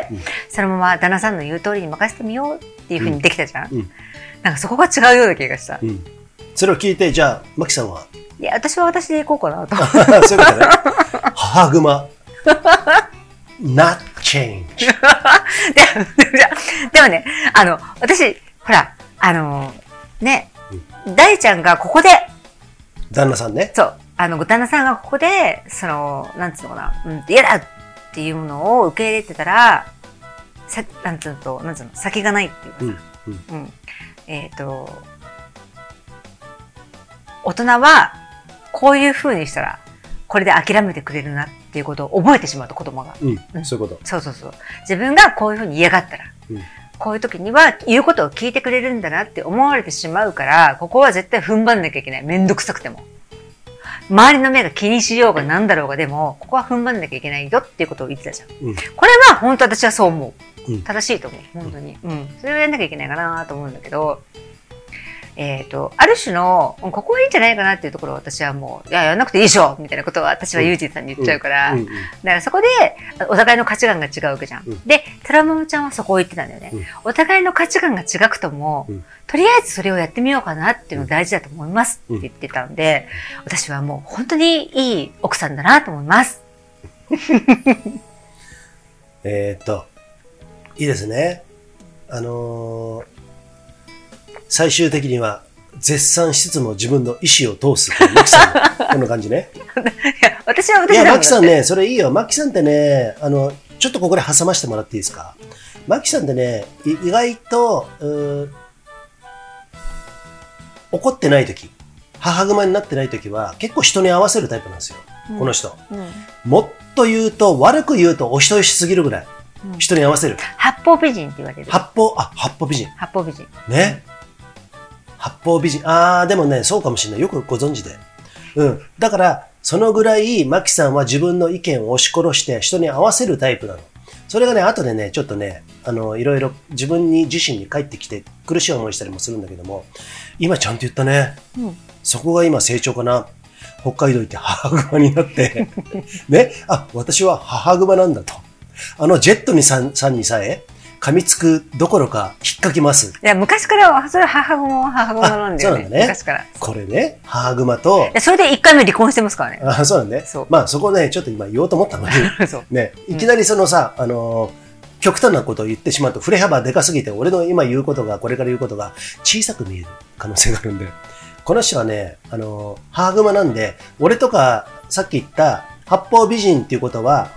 うん、そのまま旦那さんの言う通りに任せてみようっていうふうにできたじゃん。うん、なんかそこが違うような気がした。うん、 それを聞いて、じゃあ、マキさんは？ いや、私は私で行こうかなと。 そういうことね。母熊。not change. で, でもね、あの、私、ほら、あの、ね、うん、大ちゃんがここで、 旦那さんね。 そう、あの、旦那さんがここで、その、なんつうのかな、うん、嫌だっていうものを受け入れてたら、さなんつうのと、なんつうの、先がないっていうかさ、うんうんうん、えっと、大人は、こういう風にしたら、これで諦めてくれるなっていうことを覚えてしまうと、子供が。 うんうん、そういうこと。 そうそうそう。自分がこういうふうに嫌がったら、うん、こういう時には言うことを聞いてくれるんだなって思われてしまうから、ここは絶対踏ん張んなきゃいけない。めんどくさくても。周りの目が気にしようがなんだろうがでも、ここは踏ん張んなきゃいけないよっていうことを言ってたじゃん。うん、これは本当私はそう思う。うん、正しいと思う。本当に。うん。それをやんなきゃいけないかなと思うんだけど、えっと、ある種の、ここはいいんじゃないかなっていうところを私はもう、いや、やんなくていいでしょみたいなことは私はユージンさんに言っちゃうから、うんうんうん、だからそこで、お互いの価値観が違うわけじゃん。うん、で、トラママちゃんはそこを言ってたんだよね。うん、お互いの価値観が違くとも、うん、とりあえずそれをやってみようかなっていうの大事だと思いますって言ってたんで、うん、私はもう本当にいい奥さんだなと思います。 えっと、いいですね。あのー、最終的には絶賛しつつも自分の意思を通すマキさんのこんな感じね。 いや私は私いやマキさんね、それいいよ。マキさんってね、あのちょっとここで挟ましてもらっていいですか。マキさんってね、意外と怒ってない時、母熊になってない時は結構人に合わせるタイプなんですよ、うん、この人、うん、もっと言うと悪く言うとお人よしすぎるぐらい、うん、人に合わせる。 八方美人って言われる。 八方あ八方美人。 八方美人ね。八方美人。ああ、でもね、そうかもしれない。よくご存知で。うん。だから、そのぐらい、マキさんは自分の意見を押し殺して人に合わせるタイプなの。それがね、後でね、ちょっとね、あの、いろいろ自分に自身に返ってきて苦しい思いしたりもするんだけども、今ちゃんと言ったね。うん、そこが今成長かな。北海道行って母熊になって、ね、あ、私は母熊なんだと。あのジェットにさん、さんにさえ、 噛みつくどころか引っかきます。 いや、昔から、それは母グマは母グマなんだよね。そうなんだね。昔から。 これね、母グマと。 いや、それで一回目離婚してますからね。 あ、そうなんだね。そう。まあ、そこね、ちょっと今言おうと思ったのに。そう。ね、いきなりそのさ、あのー、極端なことを言ってしまうと、振れ幅でかすぎて、俺の今言うことが、これから言うことが小さく見える可能性があるんで。この人はね、あのー、母グマなんで、俺とか、さっき言った、八方美人っていうことは、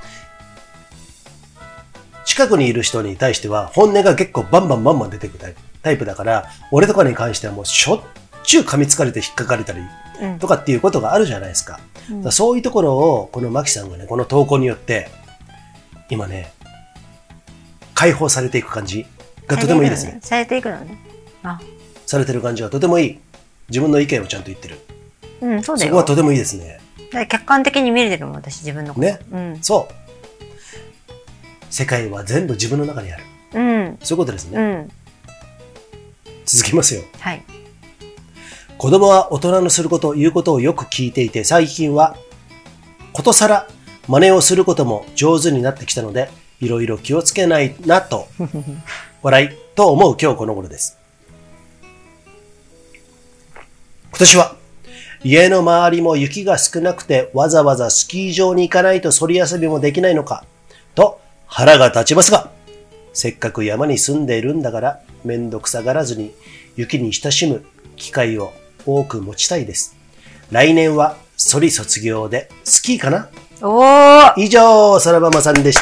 近くにいる人に対しては本音が結構バンバンバンバン出てくるタイプだから、俺とかに関してはもうしょっちゅう噛みつかれて引っかかれたりとかっていうことがあるじゃないですか。うん、そういうところをこのマキさんがね、この投稿によって今ね、解放されていく感じがとてもいいですね。 されていくのね。あ、 されてる感じがとてもいい。自分の意見をちゃんと言ってる。 うん、そうだよ。 そこはとてもいいですね。 だから客観的に見れてるもん、私自分のこと。 ね、うん、そう。世界は全部自分の中にある。うん。そういうことですね。うん、続きますよ。 はい。 子供は大人のすること、言うことをよく聞いていて、最近はことさら真似をすることも上手になってきたので、いろいろ気をつけないなと、笑いと思う今日この頃です。今年は家の周りも雪が少なくてわざわざスキー場に行かないとそり遊びもできないのかと腹が立ちますが、せっかく山に住んでいるんだからめんどくさがらずに雪に親しむ機会を多く持ちたいです。来年はソリ卒業でスキーかな。 おー、 以上、そらママさんでした。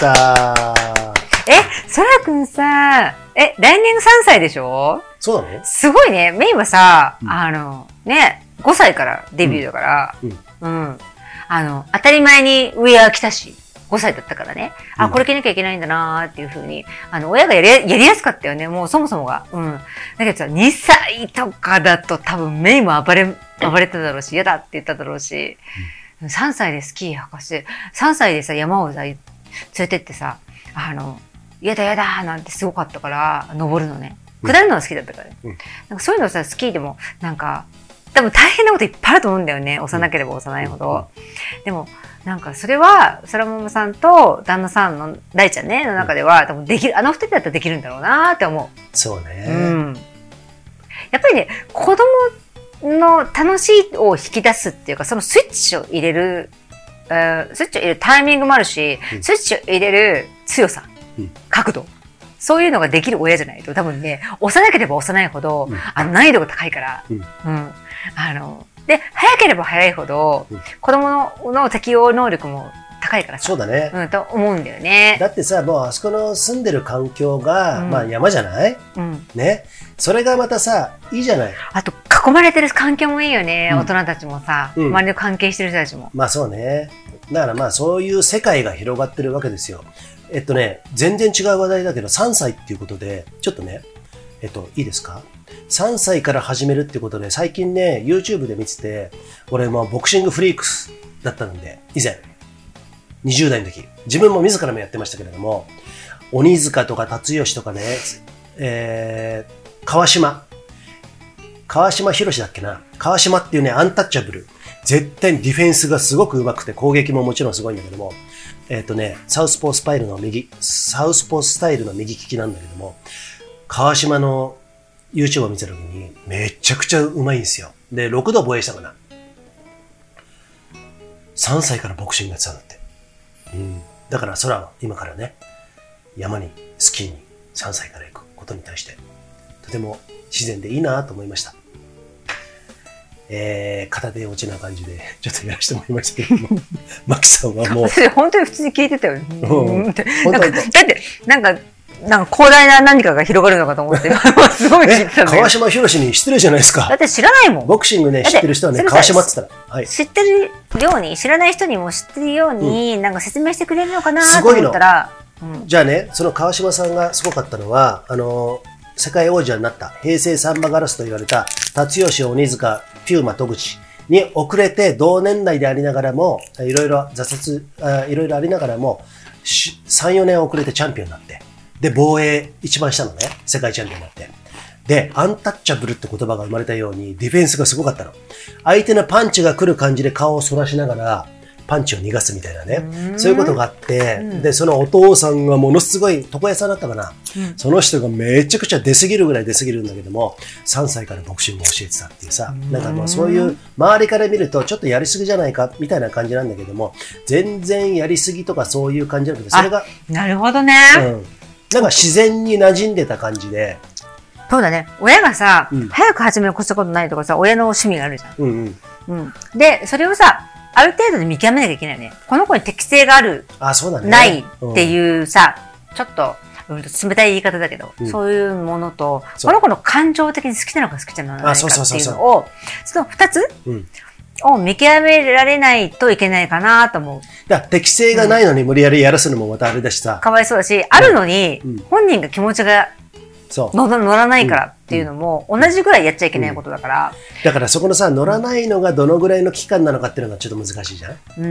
え、そらくんさ、え、来年さんさいでしょ？ そうなの？ すごいね。メイはさ、うん、あの、ね、ごさいからデビューだから、うん。うん、あの、当たり前にウェア着たし、ごさいだったからね。あ、これ着なきゃいけないんだなーっていうふうに、あの、親がやり、やりやすかったよね。もうそもそもが。うん。だけどさ、にさいとかだと多分メイも暴れ、暴れただろうし、嫌だって言っただろうし、うん、さんさいでスキー履かして、さんさいでさ、山をさ、連れてってさ、あの、嫌だ嫌だなんてすごかったから、登るのね。下るのが好きだったからね。うん、なんかそういうのさ、スキーでも、なんか、多分大変なこといっぱいあると思うんだよね。幼ければ幼いほど。でも、なんかそれは、そらももさんと旦那さんの、大ちゃんね、の中では、多分できる、あの二人だったらできるんだろうなって思う。 そうね。 うん。やっぱりね、子供の楽しいを引き出すっていうか、そのスイッチを入れる、スイッチを入れるタイミングもあるし、うん、スイッチを入れる強さ、うん、角度。そういうのができる親じゃないと、多分ね、幼ければ幼いほど、うん、あの難易度が高いから、うん。うん、あの、で、早ければ早いほど、うん、子供 の, の適応能力も高いからさ。 そうだね。 うん、と思うんだよね。 だってさ、もうあそこの住んでる環境が、うん、まあ山じゃない、うん、ね。それがまたさ、いいじゃない。 あと、囲まれてる環境もいいよね。うん、大人たちもさ、うん、周りの関係してる人たちも。 まあそうね。だからまあそういう世界が広がってるわけですよ。えっとね、全然違う話題だけど、さんさいっていうことで、ちょっとね、えっと、いいですか？ さん 歳から始めるっていうことで、最近ね、YouTube で見てて、俺もボクシングフリークスだったんで、以前、にじゅう代の時、自分も自らもやってましたけれども、鬼塚とか辰吉とかね、えー、川島、川島博士だっけな、川島っていうね、アンタッチャブル、絶対にディフェンスがすごく上手くて、攻撃ももちろんすごいんだけども、えっとね、サウスポースパイルの右、サウスポースタイルの右利きなんだけども、川島の YouTube を見てた時にめちゃくちゃ上手いんですよ。で、ろくど防衛したかな。さんさいからボクシングやってたんだって。うん。だから空は今からね、山にスキーにさんさいから行くことに対して、とても自然でいいなと思いました。えー、片手落ちな感じでちょっとやらせてもらいましたけどもマキさんはもう私本当に普通に聞いてたよね。うん、だってなんかなんか広大な何かが広がるのかと思ってすごい聞いてたんだけど川島博士に失礼じゃないですか。 だって知らないもん。 ボクシングね知ってる人はね川島って言ったら、はい、 知ってるように知らない人にも知ってるように、うん、なんか説明してくれるのかなと思ったら、 うん、じゃあねその川島さんがすごかったのはあの世界王者になった平成サンバガラスと言われた辰吉鬼塚ピューマ戸口に遅れて同年代でありながらもいろいろ挫折いろいろありながらもさん、よねん遅れてチャンピオンになってで防衛一番下のね世界チャンピオンになってでアンタッチャブルって言葉が生まれたようにディフェンスがすごかったの。相手のパンチが来る感じで顔を反らしながらパンチを逃がすみたいなね。そういうことがあって、うん、で、そのお父さんがものすごい床屋さんだったかな、うん。その人がめちゃくちゃ出過ぎるぐらい出過ぎるんだけども、さんさいからボクシングを教えてたっていうさ、なんかもうそういう周りから見るとちょっとやりすぎじゃないかみたいな感じなんだけども、全然やりすぎとかそういう感じなんだけど、それが。 なるほどね。うん。 なんか自然に馴染んでた感じで。 そうだね。親がさ、うん、早く始める越したことないとかさ、親の趣味があるじゃん。うんうん。うん。で、それをさ、ある程度で見極めなきゃいけないよね。この子に適性がある。 あ、そうだね。 ないっていうさ、うん、ちょっと、うん、冷たい言い方だけど、うん、そういうものと、この子の感情的に好きなのか好きじゃないのかっていうのを、その二つ、うんを見極められないといけないかなと思う。 だ適性がないのに無理やりやらすのもまたあれだしさ。 かわいそうだし、あるのに、本人が気持ちが乗らないからっていうのも、同じぐらいやっちゃいけないことだから。 だからそこのさ、乗らないのがどのぐらいの期間なのかっていうのがちょっと難しいじゃん。うん。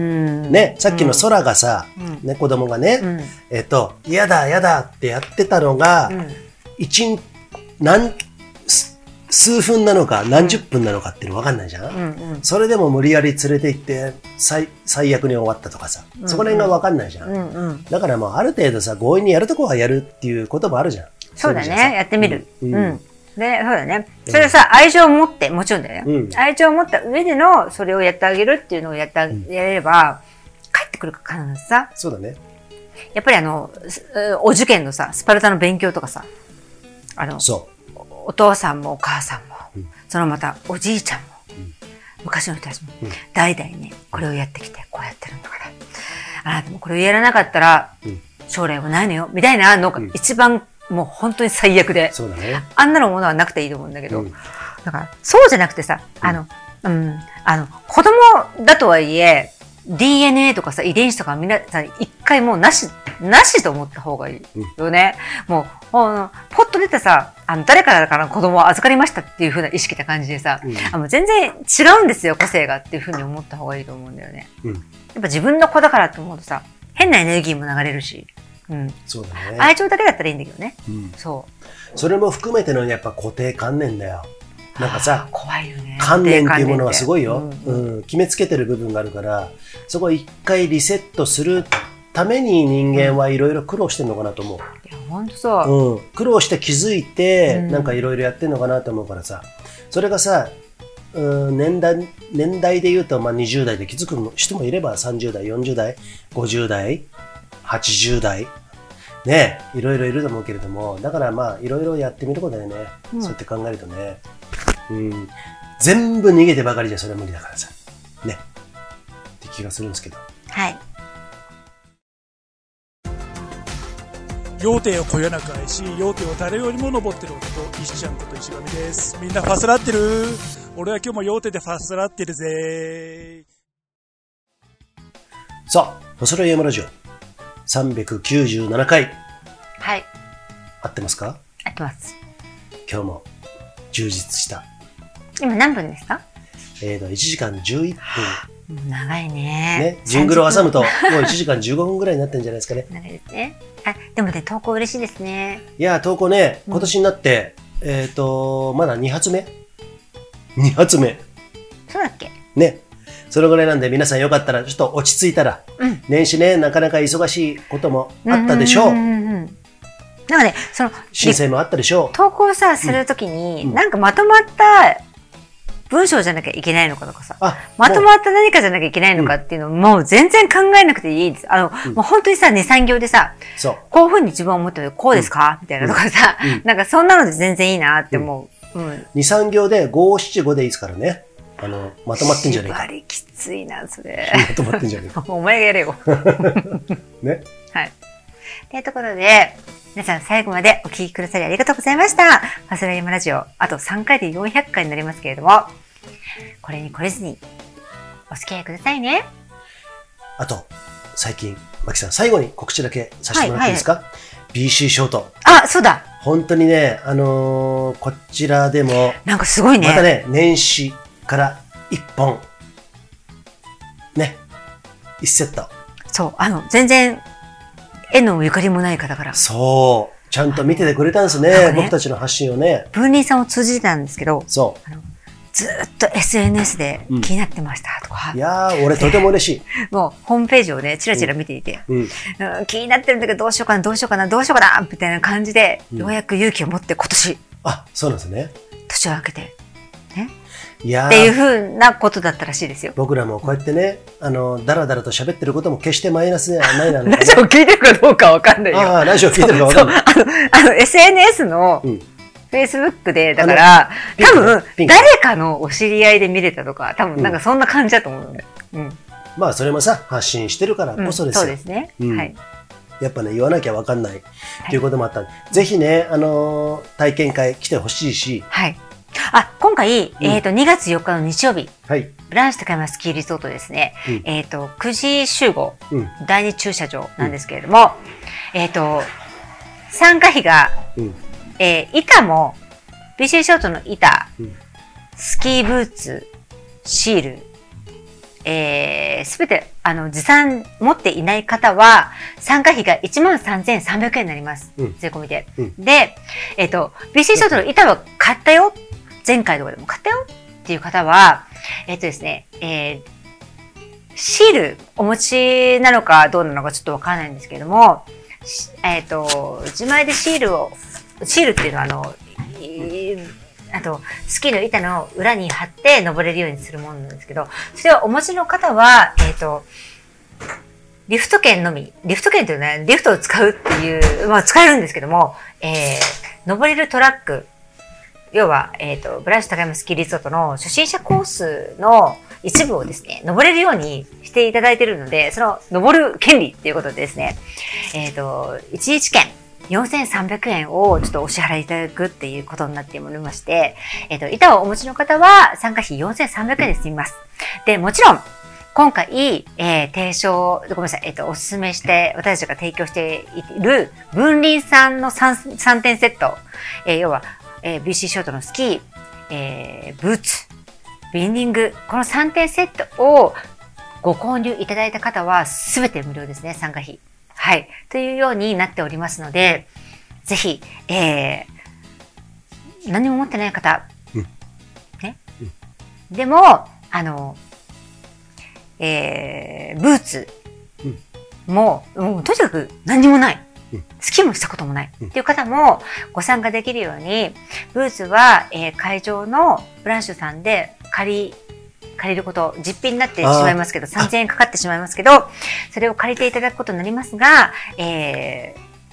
ね、さっきの空がさ、ね、子供がね、えっと、嫌だ嫌だってやってたのが、一、何、数分なのか何十分なのかっていうの分かんないじゃん、うんうん、それでも無理やり連れて行って最、最悪に終わったとかさ、うんうん、そこら辺が分かんないじゃん、うんうん、だからもうある程度さ強引にやるとこはやるっていうこともあるじゃん。 そうだね、やってみる、うんうん、で、そうだね、それをさ、愛情を持ってもちろんだよね、うん、愛情を持った上でのそれをやってあげるっていうのをやってあげ、うん、やれれば帰ってくるか必ずさ。 そうだね。 やっぱりあのお受験のさスパルタの勉強とかさ、あのそうお父さんもお母さんも、うん、そのまたおじいちゃんも、うん、昔の人たちも、うん、代々ねこれをやってきてこうやってるんだから、あなたもこれをやらなかったら、うん、将来はないのよみたいなのが一番、うん、もう本当に最悪で、そうだね、あんなのものはなくていいと思うんだけど、うん、だからそうじゃなくてさ、あの、うん、あの子供だとはいえ ディーエヌエー とかさ遺伝子とかみんなさ一回もうなしなしと思った方がいいよね、うん、もうポッと出てさ、あの誰からから子供を預かりましたっていう風な意識な感じでさ、うん、あの全然違うんですよ個性がっていう風に思った方がいいと思うんだよね、うん、やっぱ自分の子だからと思うとさ変なエネルギーも流れるし、うん、そうだね、愛情だけだったらいいんだけどね、うん、 そうそれも含めてのやっぱ固定観念だよ。なんかさ、 怖いよね、 観念っていうものはすごいよ、うんうん、決めつけてる部分があるからそこを一回リセットするために人間はいろいろ苦労してるのかなと思う。いや本当そう、 うん、苦労して気づいて、うん、なんかいろいろやってるのかなと思うからさ、それがさ、うん、年代年代で言うとまあにじゅう代で気づく人もいればさんじゅう代よんじゅう代ごじゅう代はちじゅう代ね、いろいろいると思うけれども、だからまあいろいろやってみることだよね、うん、そうやって考えるとね、うん、全部逃げてばかりじゃそれは無理だからさねって気がするんですけど、 はい。 要点をこよなく愛し、要点を誰よりも登ってる男、石ちゃんこと石上です。みんなファスラってる？俺は今日も要点でファスラってるぜ。 さあ、ファスライヤマラジオさんびゃくきゅうじゅうななかい。 はい。 合ってますか？ 合ってます。 今日も充実した。 今何分ですか？ えーと、いちじかんじゅういっぷん。長いね。 ね、ジングルを挟むと、もういちじかんじゅうごふんぐらいになってるんじゃないですかね。 長いですね。あ、でもね、投稿嬉しいですね。 いや、投稿ね、今年になって、うん、えっと、まだに発目 ?に 発目。 そうだっけ？ ね。それぐらいなんで、皆さんよかったら、ちょっと落ち着いたら、うん、年始ね、なかなか忙しいこともあったでしょう。なんかね、その、 申請もあったでしょう。 投稿さ、するときに、うん、なんかまとまった文章じゃなきゃいけないのかとかさ、まとまった何かじゃなきゃいけないのかっていうのを、もう全然考えなくていいです。あの、うん、もう本当にさ、に、さん行でさ、そうこういうふうに自分は思ってるこうですか、うん、みたいなとかさ、うん、なんかそんなので全然いいなって思う。うん。 に、さん行でご、しち、ごでいいですからね。あの、まとまってんじゃねえか。 縛りきついな、それ。 まとまってんじゃねえか。 お前がやれよ。 ね。 はい。というところで、皆さん最後までお聞きくださりありがとうございました。ファスライヤマラジオ、あとさんかいでよんひゃっかいになりますけれども、これに懲りずにお付き合いくださいね。 あと、最近、マキさん、最後に告知だけさせてもらっていいですか？はいはい、ビーシー ショート。 あ、そうだ。 本当にね、あのー、こちらでも、 なんかすごいね。 またね、年始からいっぽん、ね、いちセット。 そう、あの、全然、絵のゆかりもない方から。 そう。ちゃんと見ててくれたんですね。ね、僕たちの発信をね。 分離さんを通じてたんですけど、 そう。 あのずっと エスエヌエス で気になってましたとか、 いやー、俺とても嬉しい。 もう、ホームページをね、チラチラ見ていて、うんうんうん、気になってるんだけど、どうしようかな、どうしようかな、どうしようかな、みたいな感じで、うん、ようやく勇気を持って今年。 あ、そうなんですね。 年を明けて。ね。 いやーっていうふうなことだったらしいですよ。 僕らもこうやってね、あの、だらだらと喋ってることも決してマイナスではないなので、ね。 ラジオ聞いてるかどうかわかんないよ。 ああ、ラジオ聞いてるかわかんない。 あの、あの、エスエヌエス の、うんフェイスブックで、だから、多分、誰かのお知り合いで見れたとか、多分、なんかそんな感じだと思うので。うん。 まあ、それもさ、発信してるからこそですよ。 そうですね。はい。 やっぱね、言わなきゃわかんないっていうこともあったんで、ぜひね、あの、体験会来てほしいし。 はい。あ、今回、えっと、にがつよっかの日曜日。 はい。 ブランシュ高山スキーリゾートですね。えっと、くじ集合、だいに駐車場なんですけれども、えっと、参加費が、えー、板も、ビーシー ショートの板、うん、スキーブーツ、シール、えー、すべて、あの、持参持っていない方は、参加費が いちまんさんぜんさんびゃくえんになります。うん、税込みで、うん。で、えっと、ビーシー ショートの板は買ったよ。前回とかでも買ったよっていう方は、えっとですね、えー、シールお持ちなのかどうなのかちょっとわからないんですけれども、えっと、自前でシールを、シールっていうのはあの、あと、スキーの板の裏に貼って登れるようにするものなんですけど、それをお持ちの方は、えっと、リフト券のみ、リフト券というのはリフトを使うっていう、まあ使えるんですけども、えー、登れるトラック、要は、えっと、ブランシュ高山スキーリゾートの初心者コースの一部をですね、登れるようにしていただいているので、その登る権利っていうことでですね、えっと、一日券、よんせんさんびゃくえんをちょっとお支払いいただくっていうことになっておりまして、えっと、板をお持ちの方は参加費よんせんさんびゃくえんで済みます。で、もちろん、今回、えー、提唱、ごめんなさい、えっと、お勧めして、私たちが提供している、文林さんの 3, さんてんセット、えー、要は、えー、ビーシー ショートのスキー、えー、ブーツ、ビンディング、このさんてんセットをご購入いただいた方は、すべて無料ですね、参加費。はい。というようになっておりますので、ぜひ、えー、何も持ってない方、うん、ね、うん。でも、あの、えー、ブーツも、うん、もうとにかく何もない。うん、スキーもしたこともない。うん、っていう方もご参加できるように、ブーツは、えー、会場のブランシュさんで借り、借りること、実費になってしまいますけど、さんぜんえんかかってしまいますけど、それを借りていただくことになりますが、え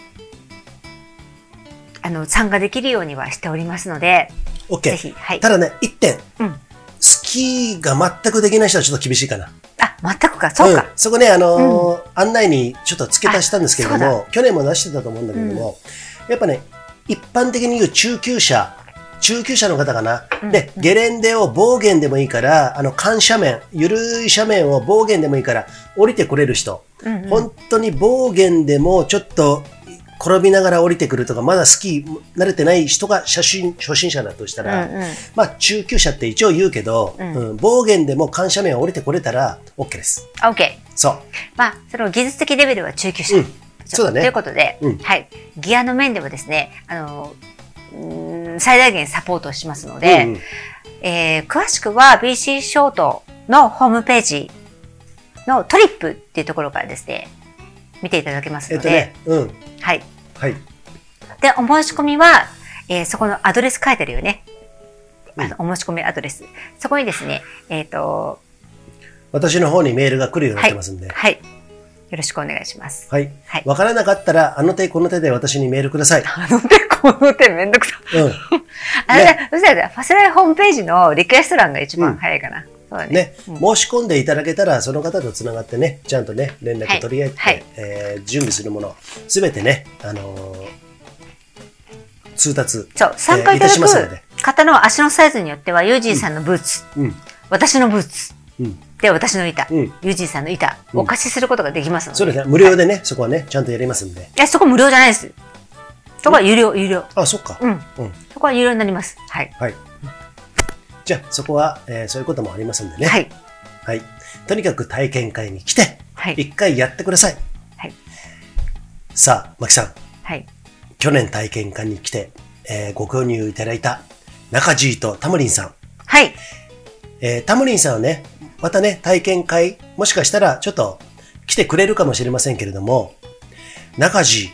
ー、あの、参加できるようにはしておりますので、 OK。ぜひ、はい。ただね、いってん。うん。スキーが全くできない人はちょっと厳しいかな。 あ、全くか、そうか。うん、 そこね、あのーうん、案内にちょっと付け足したんですけれども、去年も出してたと思うんだけれども、うん、やっぱね、一般的に言う中級者、中級者の方かな。うん、で、ゲレンデをボーゲンでもいいから、あの、緩斜面、ゆるい斜面をボーゲンでもいいから降りてこれる人。うんうん、本当にボーゲンでもちょっと転びながら降りてくるとか、まだスキー慣れてない人が初心、初心者だとしたら、うんうん、まあ中級者って一応言うけど、うんうん、ボーゲンでも緩斜面を降りてこれたら OK です。 OK。 そう。 まあ、その技術的レベルは中級者。うん、 そうだね。 ということで、うん、はい。ギアの面でもですね、あの、最大限サポートしますので、うんうん、えー、詳しくは ビーシー ショートのホームページのトリップっていうところからですね、見ていただけますので、 えっとね、うん、 はい。 はい。 で、お申し込みは、えー、そこのアドレス書いてあるよね。あの、うん、お申し込みアドレス。そこにですね、えっと、 私の方にメールが来るようになってますんで。 はい。はい、よろしくお願いします。 はい。はい。わからなかったら、あの手この手で私にメールください。 あの手この手めんどくさ。うん。あれ、ね、そしたら、ファスライホームページのリクエスト欄が一番早いかな。うん、そうだね。 ね、うん、申し込んでいただけたら、その方とつながってね、ちゃんとね、連絡取り合って、はい、えー、準備するもの、すべてね、あのー、通達、 そう、参加いただく方の足のサイズによっては、ユージーさんのブーツ、うん、私のブーツ、うん、で、私の板、うん、ユージーさんの板、お貸しすることができますので。 そうですね。無料でね、はい、そこはね、ちゃんとやりますんで。 え、そこ無料じゃないです。そこは有料、有料。 あ、そっか。 うん。うん。そこは有料になります。はい。 はい。じゃあ、そこは、えー、そういうこともありますんでね。 はい。 はい。とにかく体験会に来て、はい。一回やってください。はい。さあ、マキさん。はい。去年体験会に来て、えー、ご購入いただいた中地とタムリンさん。 はい。 えー、タムリンさんはね、 またね、体験会、もしかしたらちょっと来てくれるかもしれませんけれども、中地、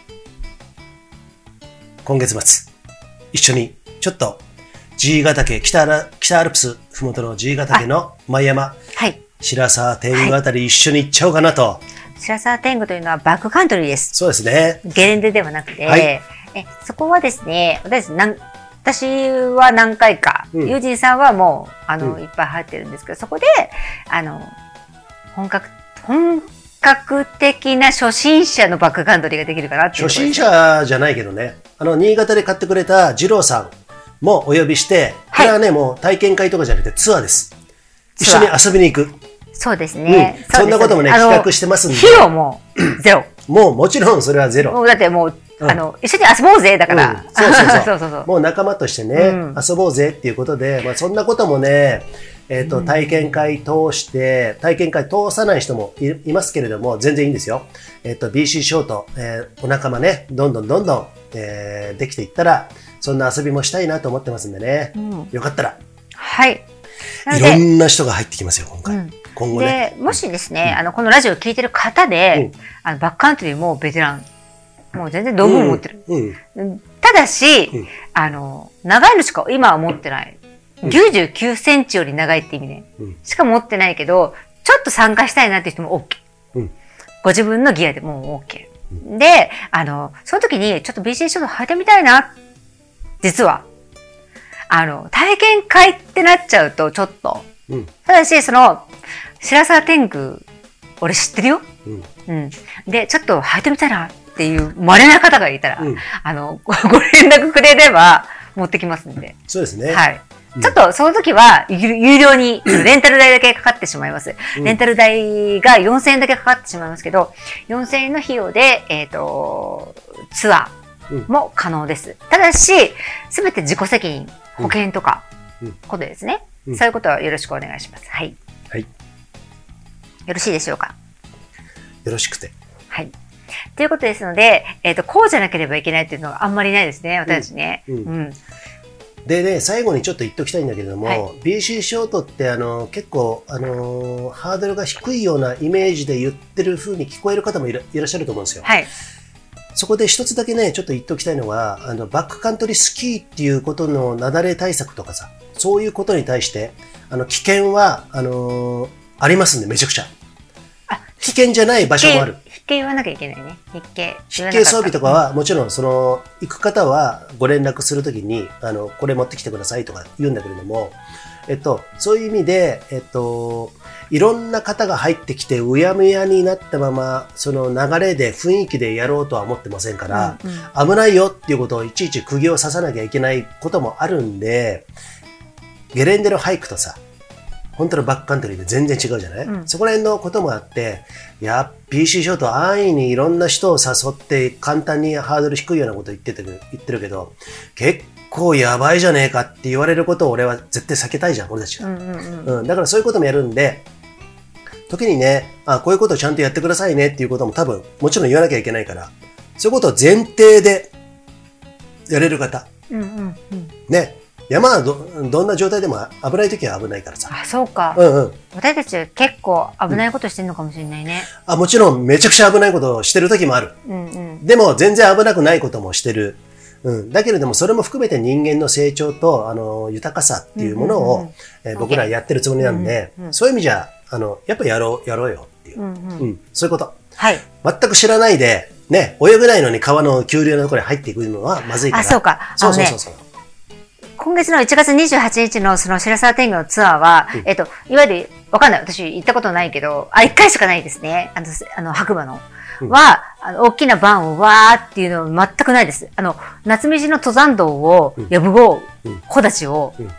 今月末、一緒にちょっと G ヶ岳、北アラ、北アルプスふもとの G ヶ岳の舞山、 はい。 白沢天狗あたり一緒に行っちゃおうかなと。はい、 白沢天狗というのはバックカントリーです。 そうですね。 ゲレンデではなくて、 はい、 えそこはですね、私なん私は何回か、うん、ユージンさんはもうあの、うん、いっぱい入ってるんですけど、そこであの本格本格的な初心者のバックカントリーができるかなっていう。 初心者じゃないけどね、あの新潟で買ってくれた二郎さんもお呼びして、これはね、はい、もう体験会とかじゃなくてツアーです。一緒に遊びに行く。 そうですね。 うん、そんなこともね、企画してますんで。 費用もゼロ。 もうもちろんそれはゼロ。 もうだってもう、うん、あの、一緒に遊ぼうぜ、だから。 うん、そうそうそうそうそうそう。もう仲間としてね、うん、遊ぼうぜっていうことで、まあそんなこともね、えっと、体験会通して、体験会通さない人も い, いますけれども、全然いいんですよ。えっと、ビーシー ショート、えー、お仲間ね、どんどんどんどん、えー、できていったら、そんな遊びもしたいなと思ってますんでね。うん、よかったら。 はい。 いろんな人が入ってきますよ、今回。うん、今後ね。 で、もしですね、うん、あの、このラジオを聞いてる方で、うん、あの、バックカントリーもベテラン、もう全然道具も持ってる。うんうん、ただし、うん、あの、長いのしか今は持ってない。きゅうじゅうきゅうセンチより長いって意味ね。うん、しか持ってないけど、ちょっと参加したいなっていう人も OK。うん、ご自分のギアでもう OK。うん、で、あの、その時にちょっと ビーシー ショート履いてみたいな。実は。あの、体験会ってなっちゃうとちょっと。うん、ただし、その、白沢天狗、俺知ってるよ。うん。うん。で、ちょっと履いてみたいなっていう稀な方がいたら、うん、あのご、ご連絡くれれば持ってきますんで。 そうですね。 はい。ちょっとその時は有料にレンタル代だけかかってしまいます。うん、レンタル代がよんせんえんだけかかってしまいますけど、よんせんえんの費用で、えっと、ツアーも可能です。うん、ただし、すべて自己責任、保険とか、ことですね、うん。そういうことはよろしくお願いします。はい。 はい。 よろしいでしょうか。 よろしくて。 はい。ということですので、えっと、こうじゃなければいけないっていうのがあんまりないですね、私たちね。うん。うんうんでね、最後にちょっと言っておきたいんだけれども、はい、ビーシー ショートってあの結構、あのー、ハードルが低いようなイメージで言ってる風に聞こえる方もい ら, いらっしゃると思うんですよ。はい、そこで一つだけね、ちょっと言っておきたいのは、あのバックカントリースキーっていうことの雪崩対策とかさ、そういうことに対してあの危険はあのー、ありますんで、めちゃくちゃ。危険じゃない場所もある。 筆形言わなきゃいけないね。筆形。 筆形装備とかは、もちろん、その、行く方はご連絡するときに、あの、これ持ってきてくださいとか言うんだけれども、えっと、そういう意味で、えっと、いろんな方が入ってきて、うやむやになったまま、その流れで雰囲気でやろうとは思ってませんから、うんうん、危ないよっていうことをいちいち釘を刺さなきゃいけないこともあるんで、ゲレンデのハイクとさ、本当のバックカントリーで全然違うじゃない、うん、そこら辺のこともあって、いや、ビーシー ショート安易にいろんな人を誘って簡単にハードル低いようなこと言ってて言ってるけど、結構やばいじゃねえかって言われることを俺は絶対避けたいじゃん、俺たちが。うんうんうんうん、だからそういうこともやるんで、時にね、あ、こういうことをちゃんとやってくださいねっていうことも多分、もちろん言わなきゃいけないから、そういうことを前提でやれる方。うんうんうん、ね。山は ど, どんな状態でも危ないときは危ないからさ。 あ、そうか。うんうん。私たち結構危ないことしてるのかもしれないね。 うん、あ、もちろんめちゃくちゃ危ないことをしてるときもある。うんうん。でも全然危なくないこともしてる。うん。だけれどもそれも含めて人間の成長と、あの、豊かさっていうものを、うんうんうんえー、僕らやってるつもりなんで、うんうんうん、そういう意味じゃ、あの、やっぱやろう、やろうよっていう。うん、うんうん。そういうこと。はい。全く知らないで、ね、泳げないのに川の急流のところに入っていくのはまずいから。 あ、そうか。 そうそうそうそう。 今月のいちがつにじゅうはちにちのその白沢天狗のツアーは、うん、えっと、いわゆる、わかんない。私行ったことないけど、あ、いっかいしかないですね。あの、あの白馬の。うん、は、あの、大きなバンをわーっていうのは全くないです。あの、夏道の登山道を、やぶごう、木立を、うん、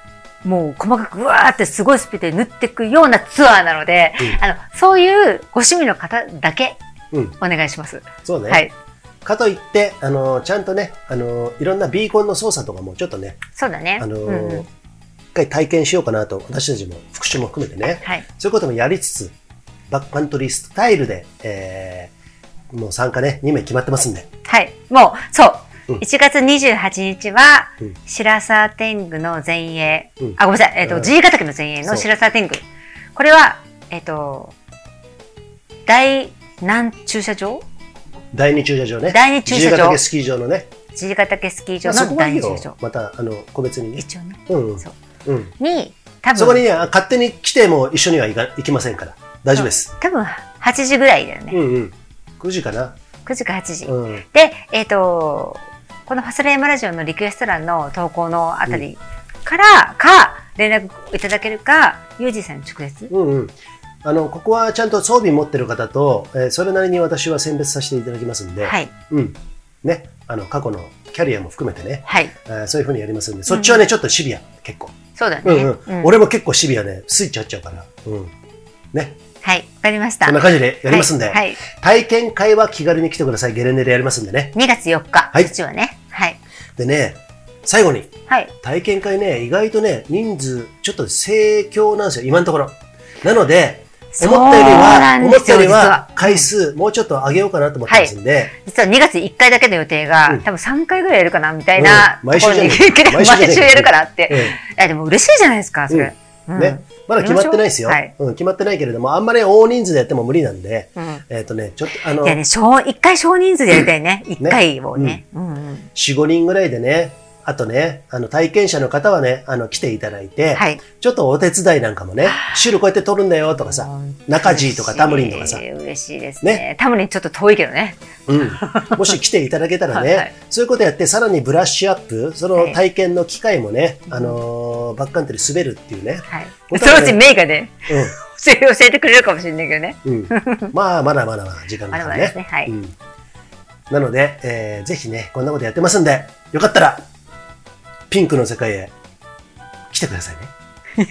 もう細かくわーってすごいスピードで塗っていくようなツアーなので、うん、あの、そういうご趣味の方だけ、お願いします。うん、 そうね。はい。かといって、あの、ちゃんとね、あの、いろんなビーコンの操作とかもちょっとね、 そうだね。 あの、うんうん、一回体験しようかなと、私たちも、復習も含めてね、はい、そういうこともやりつつ、バックカントリースタイルで、えー、もう参加ね、にめい決まってますんで。 はい。もう、そう。うん、いちがつにじゅうはちにちは、うん、白沢天狗の前衛、うん、あ、ごめんなさい、えっ、ー、と、G ヶ岳の前衛の白沢天狗。これは、 えっと、第何駐車場第二駐車場ね。 第二駐車場。 自由ヶ岳スキー場のね。 自由ヶ岳スキー場の第二駐車場。 また、あの、個別にね。 一応ね。 うん。 そう。 うん。 に、多分。 そこにね、勝手に来ても一緒には行か行きませんから。大丈夫です。 多分、はちじぐらいだよね。 うんうん。くじかな。 くじかはちじ。 うん、 で、えっと、このファスラヤマラジオのリクエスト欄の投稿のあたりから、か、連絡いただけるか、ユージさんに直接。 うんうん。あの、ここはちゃんと装備持ってる方と、えー、それなりに私は選別させていただきますんで、 はい。 うん。ね。あの、過去のキャリアも含めてね、 はい。 えー、そういうふうにやりますんで、そっちはね、うん、ちょっとシビア、結構。 そうだね。 うんうん。うん、俺も結構シビアね、スイッチあっちゃうから。うん。ね。 はい。わかりました。 こんな感じでやりますんで、はい。 はい、 体験会は気軽に来てください。ゲレンデでやりますんでね。 にがつよっか。 はい。 そっちはね。はい。 でね、最後に、 はい。 体験会ね、意外とね、人数、ちょっと盛況なんですよ、今のところ。なので、思ったよりは、思ったよりは、回数、もうちょっと上げようかなと思ってますんで。はい、 実はにがついっかいだけの予定が、うん、多分さんかいぐらいやるかな、みたいな、 うん。毎週じゃない。 毎週やるからって。うん、いや、でも嬉しいじゃないですか、それ。うん、ね。まだ決まってないですよ、はいうん。決まってないけれども、あんまり大人数でやっても無理なんで、うん、えっとね、ちょっとあの。 いやね、小、一回少人数でやりたいね。一、うん、回をね。 うんうん、よん、ごにんぐらいでね、あとね、あの、体験者の方はね、あの、来ていただいて、はい、ちょっとお手伝いなんかもね、シュールこうやって取るんだよとかさ、中地とかタムリンとかさ。 嬉しいですね。ねタムリンちょっと遠いけどね。 うん。もし来ていただけたらね、はい、そういうことやって、さらにブラッシュアップ、その体験の機会もね、はい、あのー、バックカントリー滑るっていうね。 はい。ね、そのうちメイがね、うん、教えてくれるかもしれないけどね。 うん。まあ、まだまだまだ時間がかかるね。まだまだですね。はい。うん、なので、えー、ぜひね、こんなことやってますんで、よかったら、ピンクの世界へ来てくださいね。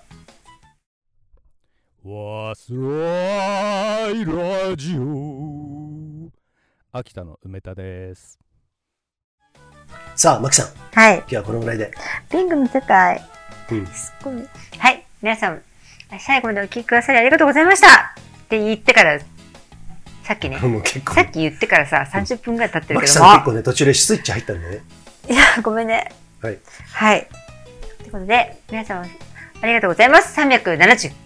わすらいラジオ。秋田の梅田です。 さあ、マキさん。 はい。 今日はこのぐらいで。 ピンクの世界。 うん。 すごい。はい。皆さん、最後までお聞きくださりありがとうございましたって言ってから、さっきね。もう結構さっき言ってからさ、さんじゅっぷんぐらい経ってるけども。マキさん結構ね、途中でスイッチ入ったんだよね。 いや、ごめんね。 はい。 はい。ということで、皆さん、ありがとうございます。さんびゃくななじゅう。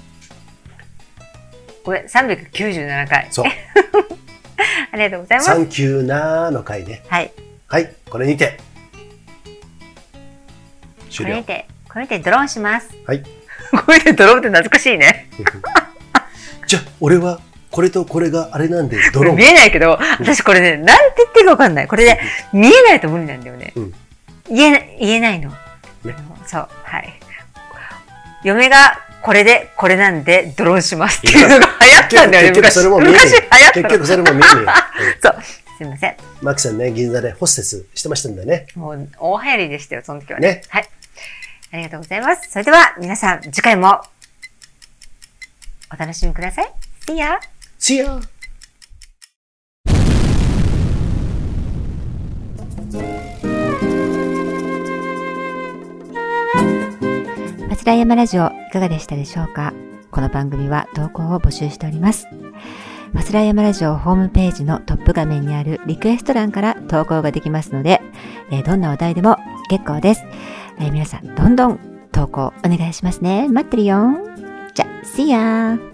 ごめん、さんびゃくきゅうじゅうななかい。 そう。 ありがとうございます。 さんきゅうなの回ね。 はい。 はい、これにて。終了。 これにて、これにてドローンします。 はい。 これでドローンって懐かしいね。 じゃあ、俺は、これとこれがあれなんで、ドローン。 見えないけど、私これね、なんて言っていいかわかんない。これで、見えないと無理なんだよね。うん、言え、言えないの。ね、そう、はい。嫁が、これで、これなんで、ドローンしますっていうのが流行ったんだよね、昔。 それも見えねえ。結局それも見えねえ。そう、すいません。 マキさんね、銀座でホステスしてましたんだね。 もう、大流行りでしたよ、その時はね。ね。はい。ありがとうございます。それでは、皆さん、次回も、お楽しみください。See ya! See ya! ファスラヤマラジオいかがでしたでしょうか。この番組は投稿を募集しております。ファスラヤマラジオホームページのトップ画面にあるリクエスト欄から投稿ができますので、えー、どんなお題でも結構です。えー、皆さんどんどん投稿お願いしますね。待ってるよ。じゃ、See ya!